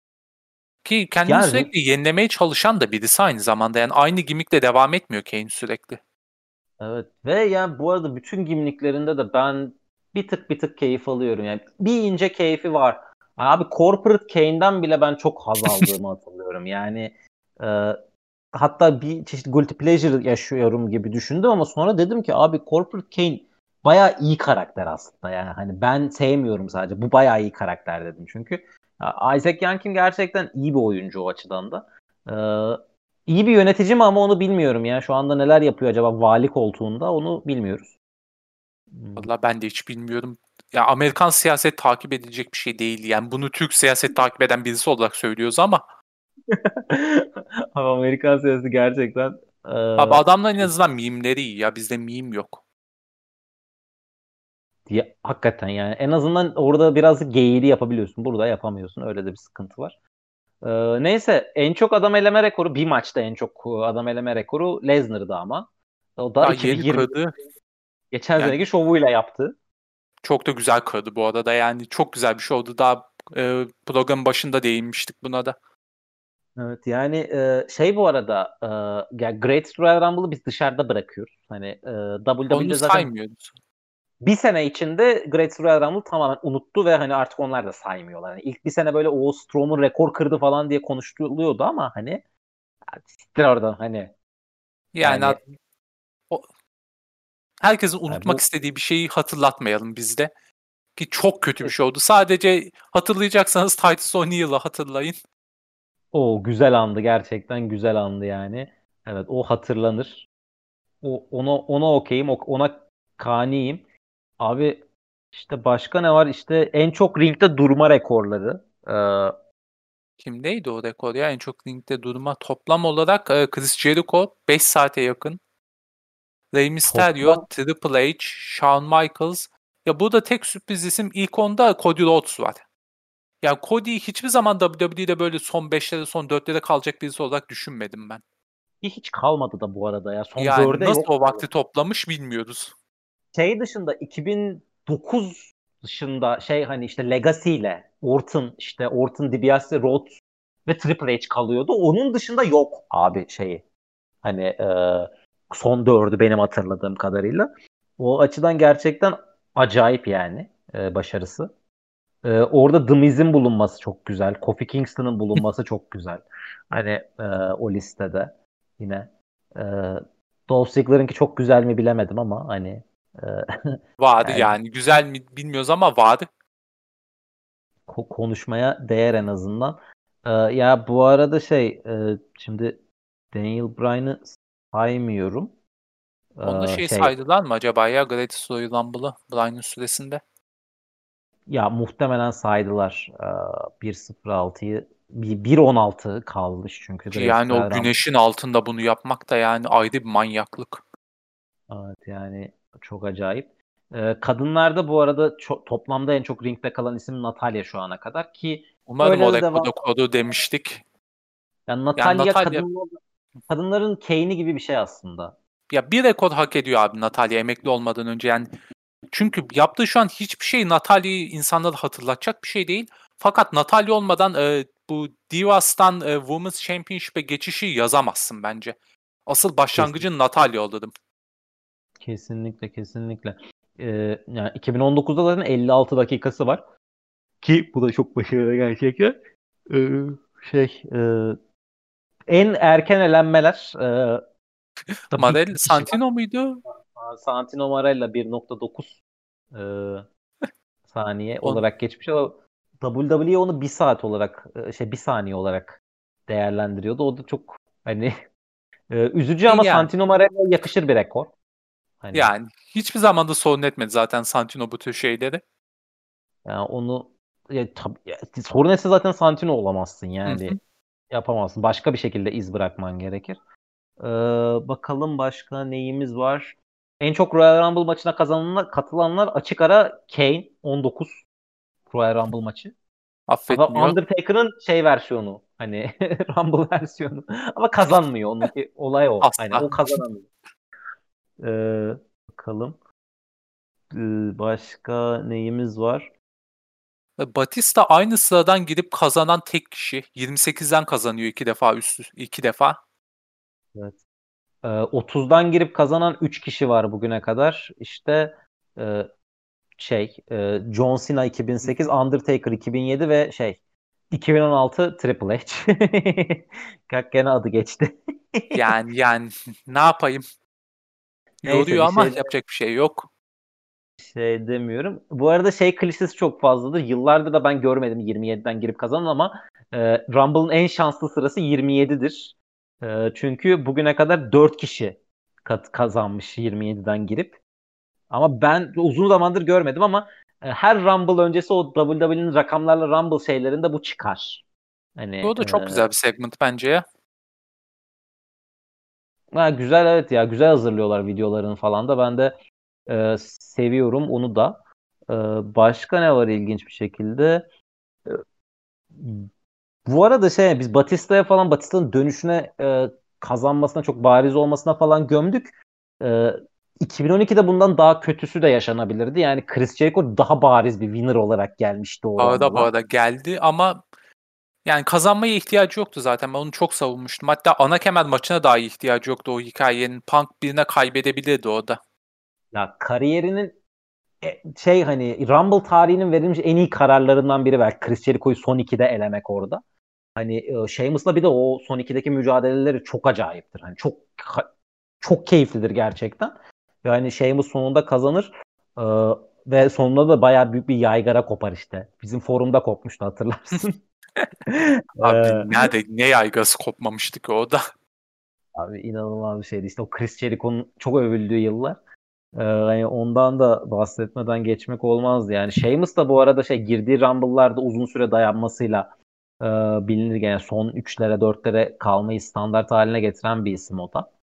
Ki kendini yani sürekli yenilemeye çalışan da birisi aynı zamanda. Yani aynı gimmickle devam etmiyor Kane sürekli. evet ve yani bu arada bütün gimmicklerinde de ben bir tık keyif alıyorum. Yani bir ince keyfi var. Abi Corporate Kane'den bile ben çok haz aldığımı hatırlıyorum. Yani e, hatta bir çeşit guilty pleasure yaşıyorum gibi düşündüm ama sonra dedim ki abi Corporate Kane bayağı iyi karakter aslında. Yani hani ben sevmiyorum sadece. Bu bayağı iyi karakter dedim çünkü. Isaac Yankem gerçekten iyi bir oyuncu o açıdan da. İyi bir yönetici mi ama onu bilmiyorum ya. Şu anda neler yapıyor acaba vali koltuğunda onu bilmiyoruz. Vallahi ben de hiç bilmiyorum. Ya Amerikan siyaset takip edilecek bir şey değil. Yani bunu Türk siyaset takip eden birisi olarak söylüyoruz ama Ama Amerikan siyaseti gerçekten abi adamların en çok azından mimleri iyi ya. Bizde mim yok. hakikaten yani en azından orada biraz geyiği yapabiliyorsun. Burada yapamıyorsun. Öyle de bir sıkıntı var. Neyse en çok adam eleme rekoru bir maçta en çok adam eleme rekoru Lesnar'dı ama. O da Ya yeni 2020 kırdı. geçen Yani seneki şovuyla yaptı. çok da güzel kırdı bu arada. Yani çok güzel bir şey oldu. Daha programın başında değinmiştik buna da. Evet yani şey bu arada ya Great Royal Rumble'ı biz dışarıda bırakıyoruz. Hani Onu WWE'de zaten saymıyoruz. bir sene içinde Great Royal Rumble tamamen unuttu ve hani artık onlar da saymıyorlar. Yani ilk bir sene böyle o Strowman rekor kırdı falan diye konuşuluyordu ama hani siktir oradan hani Yani yani o, herkesin unutmak bu istediği bir şeyi hatırlatmayalım biz de. Ki çok kötü bir şey oldu. Sadece hatırlayacaksanız Titus O'Neil'ı hatırlayın. o güzel andı gerçekten güzel andı yani. Evet o hatırlanır. Ona okeyim ona kaniyim. Abi işte başka ne var? İşte en çok ringde durma rekorları. Kimdeydi o rekor ya? En çok ringde durma. Toplam olarak Chris Jericho 5 saate yakın. Rey Mysterio, Toplam Triple H, Shawn Michaels. Ya bu da tek sürpriz isim. İlk onda Cody Rhodes var. Yani Cody'yi hiçbir zaman WWE'de böyle son 5'lere son 4'lere kalacak birisi olarak düşünmedim ben. hiç kalmadı da bu arada ya. Son Yani dörde nasıl yok o galiba. vakti toplamış bilmiyoruz. Şey dışında 2009 dışında şey hani işte Legacy ile Orton, DiBiase, Rhodes ve Triple H kalıyordu. Onun dışında yok abi şeyi. Hani son dördü benim hatırladığım kadarıyla. O açıdan gerçekten acayip yani başarısı. Orada The Miz'in bulunması çok güzel. Kofi Kingston'ın bulunması çok güzel. Hani o listede yine. E, Dolph Ziggler'ınki çok güzel mi bilemedim ama hani e, Vardı yani yani. Güzel mi bilmiyoruz ama vardı. konuşmaya değer en azından. Ya bu arada şimdi Daniel Bryan'ı saymıyorum. Onda şey Şey saydılar mı acaba ya Greatest Royal Rumble'ı Bryan'ın süresinde? ya muhtemelen saydılar 1.06'yı 1.16 kalmış çünkü Ki Great yani o Royal Rumble. güneşin altında bunu yapmak da yani ayrı bir manyaklık. Evet yani çok acayip. Kadınlarda bu arada toplamda en çok ringde kalan isim Natalya şu ana kadar ki Umarım öyle o de devam. rekoru koru demiştik. Yani Yani Natalya Natalya kadınların Kane'i gibi bir şey aslında. ya bir rekor hak ediyor abi Natalya emekli olmadan önce yani. Çünkü yaptığı şu an hiçbir şey Natalya'yı insanlara hatırlatacak bir şey değil. Fakat Natalya olmadan bu Divas'tan Women's Championship'e geçişi yazamazsın bence. Asıl Kesin, başlangıcın Natalya oldu. kesinlikle. Yani 2019'da zaten 56 dakikası var ki bu da çok başarılı gerçekten. Ee, şey en erken elenmeler da bir Marel kişi var. Santino muydu? Santino Marella 1.9 e, saniye On, olarak geçmiş ama WWE onu bir saat olarak bir saniye olarak değerlendiriyordu. O da çok hani üzücü ama yani Santino Marella'ya yakışır bir rekor. Hani yani hiçbir zaman da sorun etmedi zaten Santino bu tür şeyleri. yani onu sorun etse zaten Santino olamazsın Hı yani hı. yapamazsın. Başka bir şekilde iz bırakman gerekir. Ee, bakalım başka neyimiz var? En çok Royal Rumble maçına katılanlar açık ara Kane 19 Royal Rumble maçı. Ama Affetmiyor. Undertaker'ın şey versiyonu hani Rumble versiyonu ama kazanmıyor. Onunki olay o. Hani Asla. o kazanamıyor. Bakalım. Başka neyimiz var? Batista aynı sıradan gidip kazanan tek kişi. 28'den kazanıyor iki defa iki defa. Evet. 30'dan girip kazanan 3 kişi var bugüne kadar. İşte e, John Cena 2008, Undertaker 2007 ve 2016 Triple H. Kalk gene adı geçti. Yani ne yapayım? Neyse Yoruyor bir ama şey yapacak bir şey yok. demiyorum. Bu arada klişesi çok fazladır. Yıllardır da ben görmedim 27'den girip kazanan ama Rumble'ın en şanslı sırası 27'dir. Çünkü bugüne kadar 4 kişi kazanmış 27'den girip. Ama ben uzun zamandır görmedim ama her Rumble öncesi o WWE'nin rakamlarla Rumble şeylerinde bu çıkar. Hani O da çok güzel bir segment bence ya. güzel, evet ya, güzel hazırlıyorlar videolarını falan da, ben de seviyorum onu da. E, Başka ne var ilginç bir şekilde? E, Bu arada biz Batista'nın dönüşüne, kazanmasına, çok bariz olmasına falan gömdük. E, 2012'de bundan daha kötüsü de yaşanabilirdi. Yani Chris Jericho daha bariz bir winner olarak gelmişti o Arada bu Rumble'a. arada geldi ama yani kazanmaya ihtiyacı yoktu zaten. Ben onu çok savunmuştum. Hatta ana kemer maçına dahi ihtiyacı yoktu o hikayenin. Punk birine kaybedebilirdi o da. Ya kariyerinin hani Rumble tarihinin verilmiş en iyi kararlarından biri belki Chris Jericho'yu son 2'de elemek orada. Hani Sheamus'la bir de o son 2'deki mücadeleleri çok acayiptir. Hani çok keyiflidir gerçekten. Yani Sheamus sonunda kazanır. Ee, Ve sonunda da bayağı büyük bir yaygara kopar işte. Bizim forumda kopmuştu, hatırlarsın. Abi Ee, nerede ne yaygası kopmamıştı ki o da. Abi inanılmaz bir şeydi. İşte o Chris Jericho'nun çok övüldüğü yıllar. Hani ondan da bahsetmeden geçmek olmazdı. Yani Sheamus da bu arada girdiği Rumble'larda uzun süre dayanmasıyla e, bilinir. Yani son 3'lere 4'lere kalmayı standart haline getiren bir isim o da.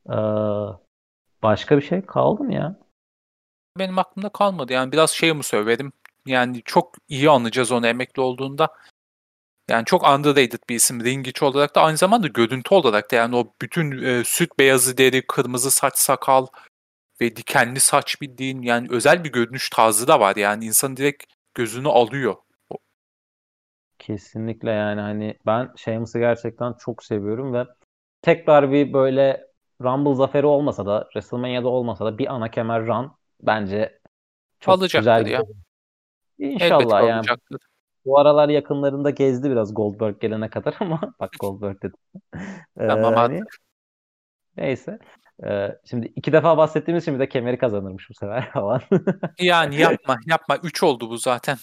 Başka bir şey kaldı mı ya? Benim aklımda kalmadı. Yani biraz şey mi söyledim? Yani çok iyi anlayacağız onu emekli olduğunda. Yani çok underrated bir isim ring içi olarak da aynı zamanda görüntü olarak da yani o bütün süt beyazı deri, kırmızı saç sakal ve dikenli saç bildiğin yani özel bir görünüş tarzı da var yani insan direkt gözünü alıyor. Kesinlikle, yani hani ben Sheamus'u gerçekten çok seviyorum ve tekrar bir böyle Rumble zaferi olmasa da, WrestleMania'da olmasa da bir ana kemer run bence çok güzel Alacaktır ya. gider. Elbet İnşallah yani. alacaktır. Bu aralar yakınlarında gezdi biraz Goldberg gelene kadar ama bak, Goldberg dedim. Tamam Hani artık. neyse. Şimdi 2 defa bahsettiğimiz için bir de kemeri kazanırmış bu sefer falan. Yani yapma yapma. 3 oldu bu zaten.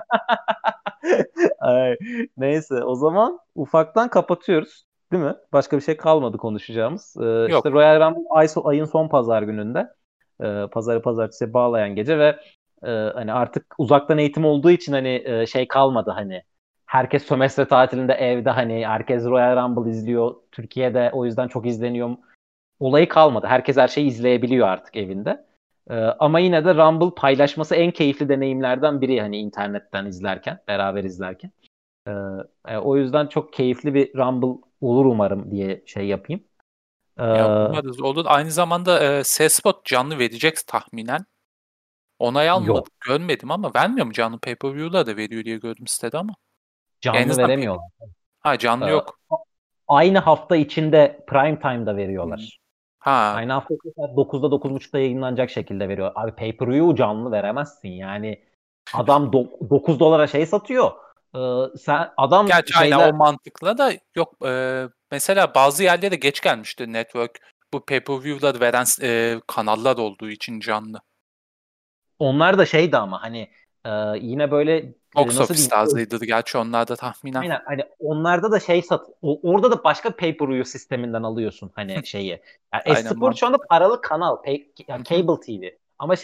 Ay, neyse, o zaman ufaktan kapatıyoruz. Değil mi? Başka bir şey kalmadı konuşacağımız. İşte Yok. Royal Rumble ayın son pazar gününde. Pazarı pazartesiye bağlayan gece ve hani artık uzaktan eğitim olduğu için hani kalmadı hani. Herkes sömestr tatilinde evde, hani herkes Royal Rumble izliyor. Türkiye'de o yüzden çok izleniyor. Olayı kalmadı. Herkes her şeyi izleyebiliyor artık evinde. Ama yine de Rumble paylaşması en keyifli deneyimlerden biri, hani internetten izlerken, beraber izlerken. Ee, O yüzden çok keyifli bir Rumble olur umarım diye yapayım. Ee, Ya umarız olur. Aynı zamanda C-Spot canlı verecek tahminen. Onay Yok. almadık. Görmedim ama vermiyor mu canlı pay-per-view'da da veriyor diye gördüm sitede ama. Ya en Canlı azından veremiyorlar. ha canlı Ee, yok. Aynı hafta içinde prime time'da Hmm. veriyorlar. Ha Aynı hafta içinde saat 9'da 9.30'da yayınlanacak şekilde veriyor. Abi pay-per-view canlı veremezsin. Yani adam 9 dolara satıyor. Sen adam gerçi aynen o mantıkla da yok. Mesela bazı yerlere geç gelmişti network. Bu pay-per-view'ları veren kanallar olduğu için canlı. onlar da ama hani yine böyle Box nasıl office diyeyim, tarzıydı gerçi onlar da tahminen. aynen, hani onlarda da orada da başka pay-per-view sisteminden alıyorsun hani şeyi. Yani Aynen Esport şu anda mantıklı. paralı kanal, Hı ya hı. cable TV. Ama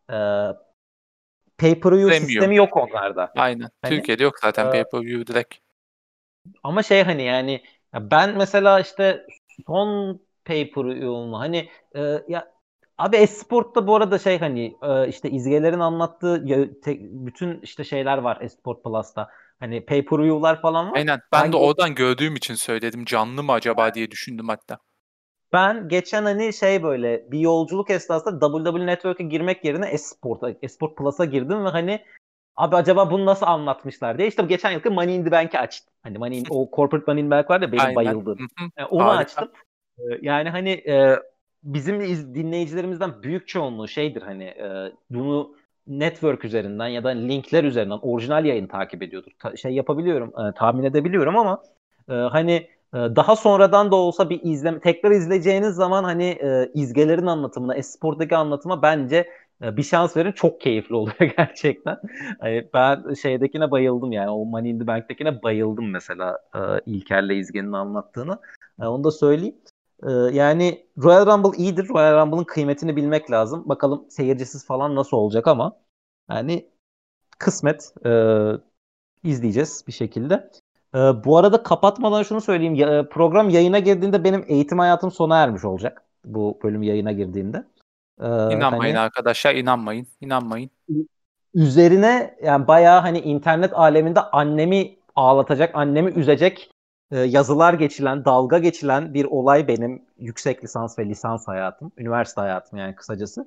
pay-per-view Premium. sistemi yok onlarda. Aynen. Hani Türkiye'de yok e, zaten pay-per-view direkt. ama hani yani, ya ben mesela işte son pay-per-view'umu hani ya abi, Esport'ta bu arada hani işte İzgelerin anlattığı bütün işte şeyler var Esport Plus'ta. Hani pay-per-view'lar falan var. Aynen. Ben de oradan gördüğüm için söyledim. Canlı mı acaba diye düşündüm hatta. Ben geçen hani böyle bir yolculuk esnasında WWE Network'e girmek yerine Esport Plus'a girdim ve hani abi acaba bunu nasıl anlatmışlar diye, işte bu geçen yılki Money in the Bank'i açtım. Hani o Corporate Money in the Bank var ya, benim Aynen. bayıldığım. Hı hı. Onu Harika. açtım. Yani hani bizim dinleyicilerimizden büyük çoğunluğu hani bunu network üzerinden ya da linkler üzerinden orijinal yayın takip ediyordur. Yapabiliyorum, tahmin edebiliyorum ama hani daha sonradan da olsa tekrar izleyeceğiniz zaman hani izgelerin anlatımına, Esport'taki anlatıma bence Bir şans verin, çok keyifli oluyor gerçekten. Hani ben şeydekine bayıldım yani. O Money in the Bank'tekine bayıldım mesela, İlker'le İzgen'in anlattığını. Onu da söyleyeyim. Yani Royal Rumble iyidir. Royal Rumble'ın kıymetini bilmek lazım. Bakalım seyircisiz falan nasıl olacak ama yani kısmet, izleyeceğiz bir şekilde. Bu arada kapatmadan şunu söyleyeyim. Program yayına girdiğinde benim eğitim hayatım sona ermiş olacak. Bu bölüm yayına girdiğinde. Ee, İnanmayın Hani arkadaşlar, inanmayın. İnanmayın. üzerine yani bayağı hani internet aleminde annemi ağlatacak, annemi üzecek yazılar geçilen, dalga geçilen bir olay benim yüksek lisans ve lisans hayatım, üniversite hayatım yani kısacası.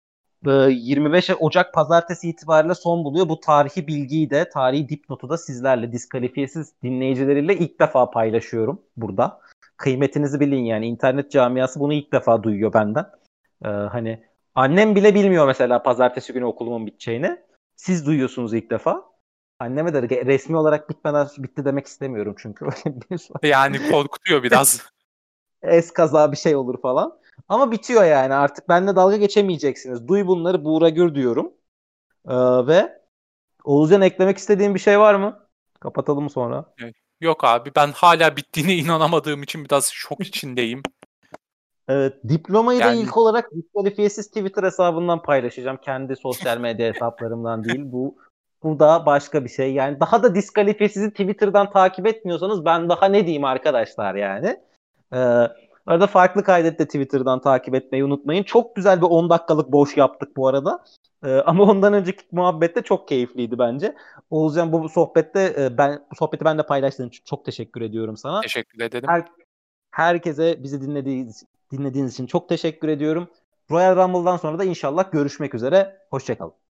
25 Ocak pazartesi itibariyle son buluyor. Bu tarihi bilgiyi de, tarihi dipnotu da sizlerle, diskalifiyesiz dinleyicileriyle ilk defa paylaşıyorum burada. Kıymetinizi bilin yani. İnternet camiası bunu ilk defa duyuyor benden. Hani annem bile bilmiyor mesela pazartesi günü okulumun biteceğini. Siz duyuyorsunuz ilk defa. Anneme de resmi olarak bitmeden bitti demek istemiyorum çünkü. Öyle bir Yani korkutuyor biraz. kaza bir şey olur falan. Ama bitiyor yani, artık benimle dalga geçemeyeceksiniz. Duy bunları, Buğra Gür diyorum. Ve Oğuzcan, eklemek istediğin bir şey var mı? Kapatalım sonra. Yok abi, ben hala bittiğine inanamadığım için biraz şok içindeyim. Evet, diplomayı da Yani ilk olarak diskalifiyesiz Twitter hesabından paylaşacağım. Kendi sosyal medya hesaplarımdan değil. Bu da başka bir şey. Yani daha da diskalifiyesizi Twitter'dan takip etmiyorsanız ben daha ne diyeyim arkadaşlar yani. Ee, Arada farklı kaydet de Twitter'dan takip etmeyi unutmayın. Çok güzel bir 10 dakikalık boş yaptık bu arada. Ama ondan önceki muhabbet de çok keyifliydi bence. Oğuzcan, bu sohbette bu sohbeti ben de paylaştığın için çok teşekkür ediyorum sana. teşekkür ederim. Her, Herkese bizi dinlediğiniz için çok teşekkür ediyorum. Royal Rumble'dan sonra da inşallah görüşmek üzere. Hoşçakalın.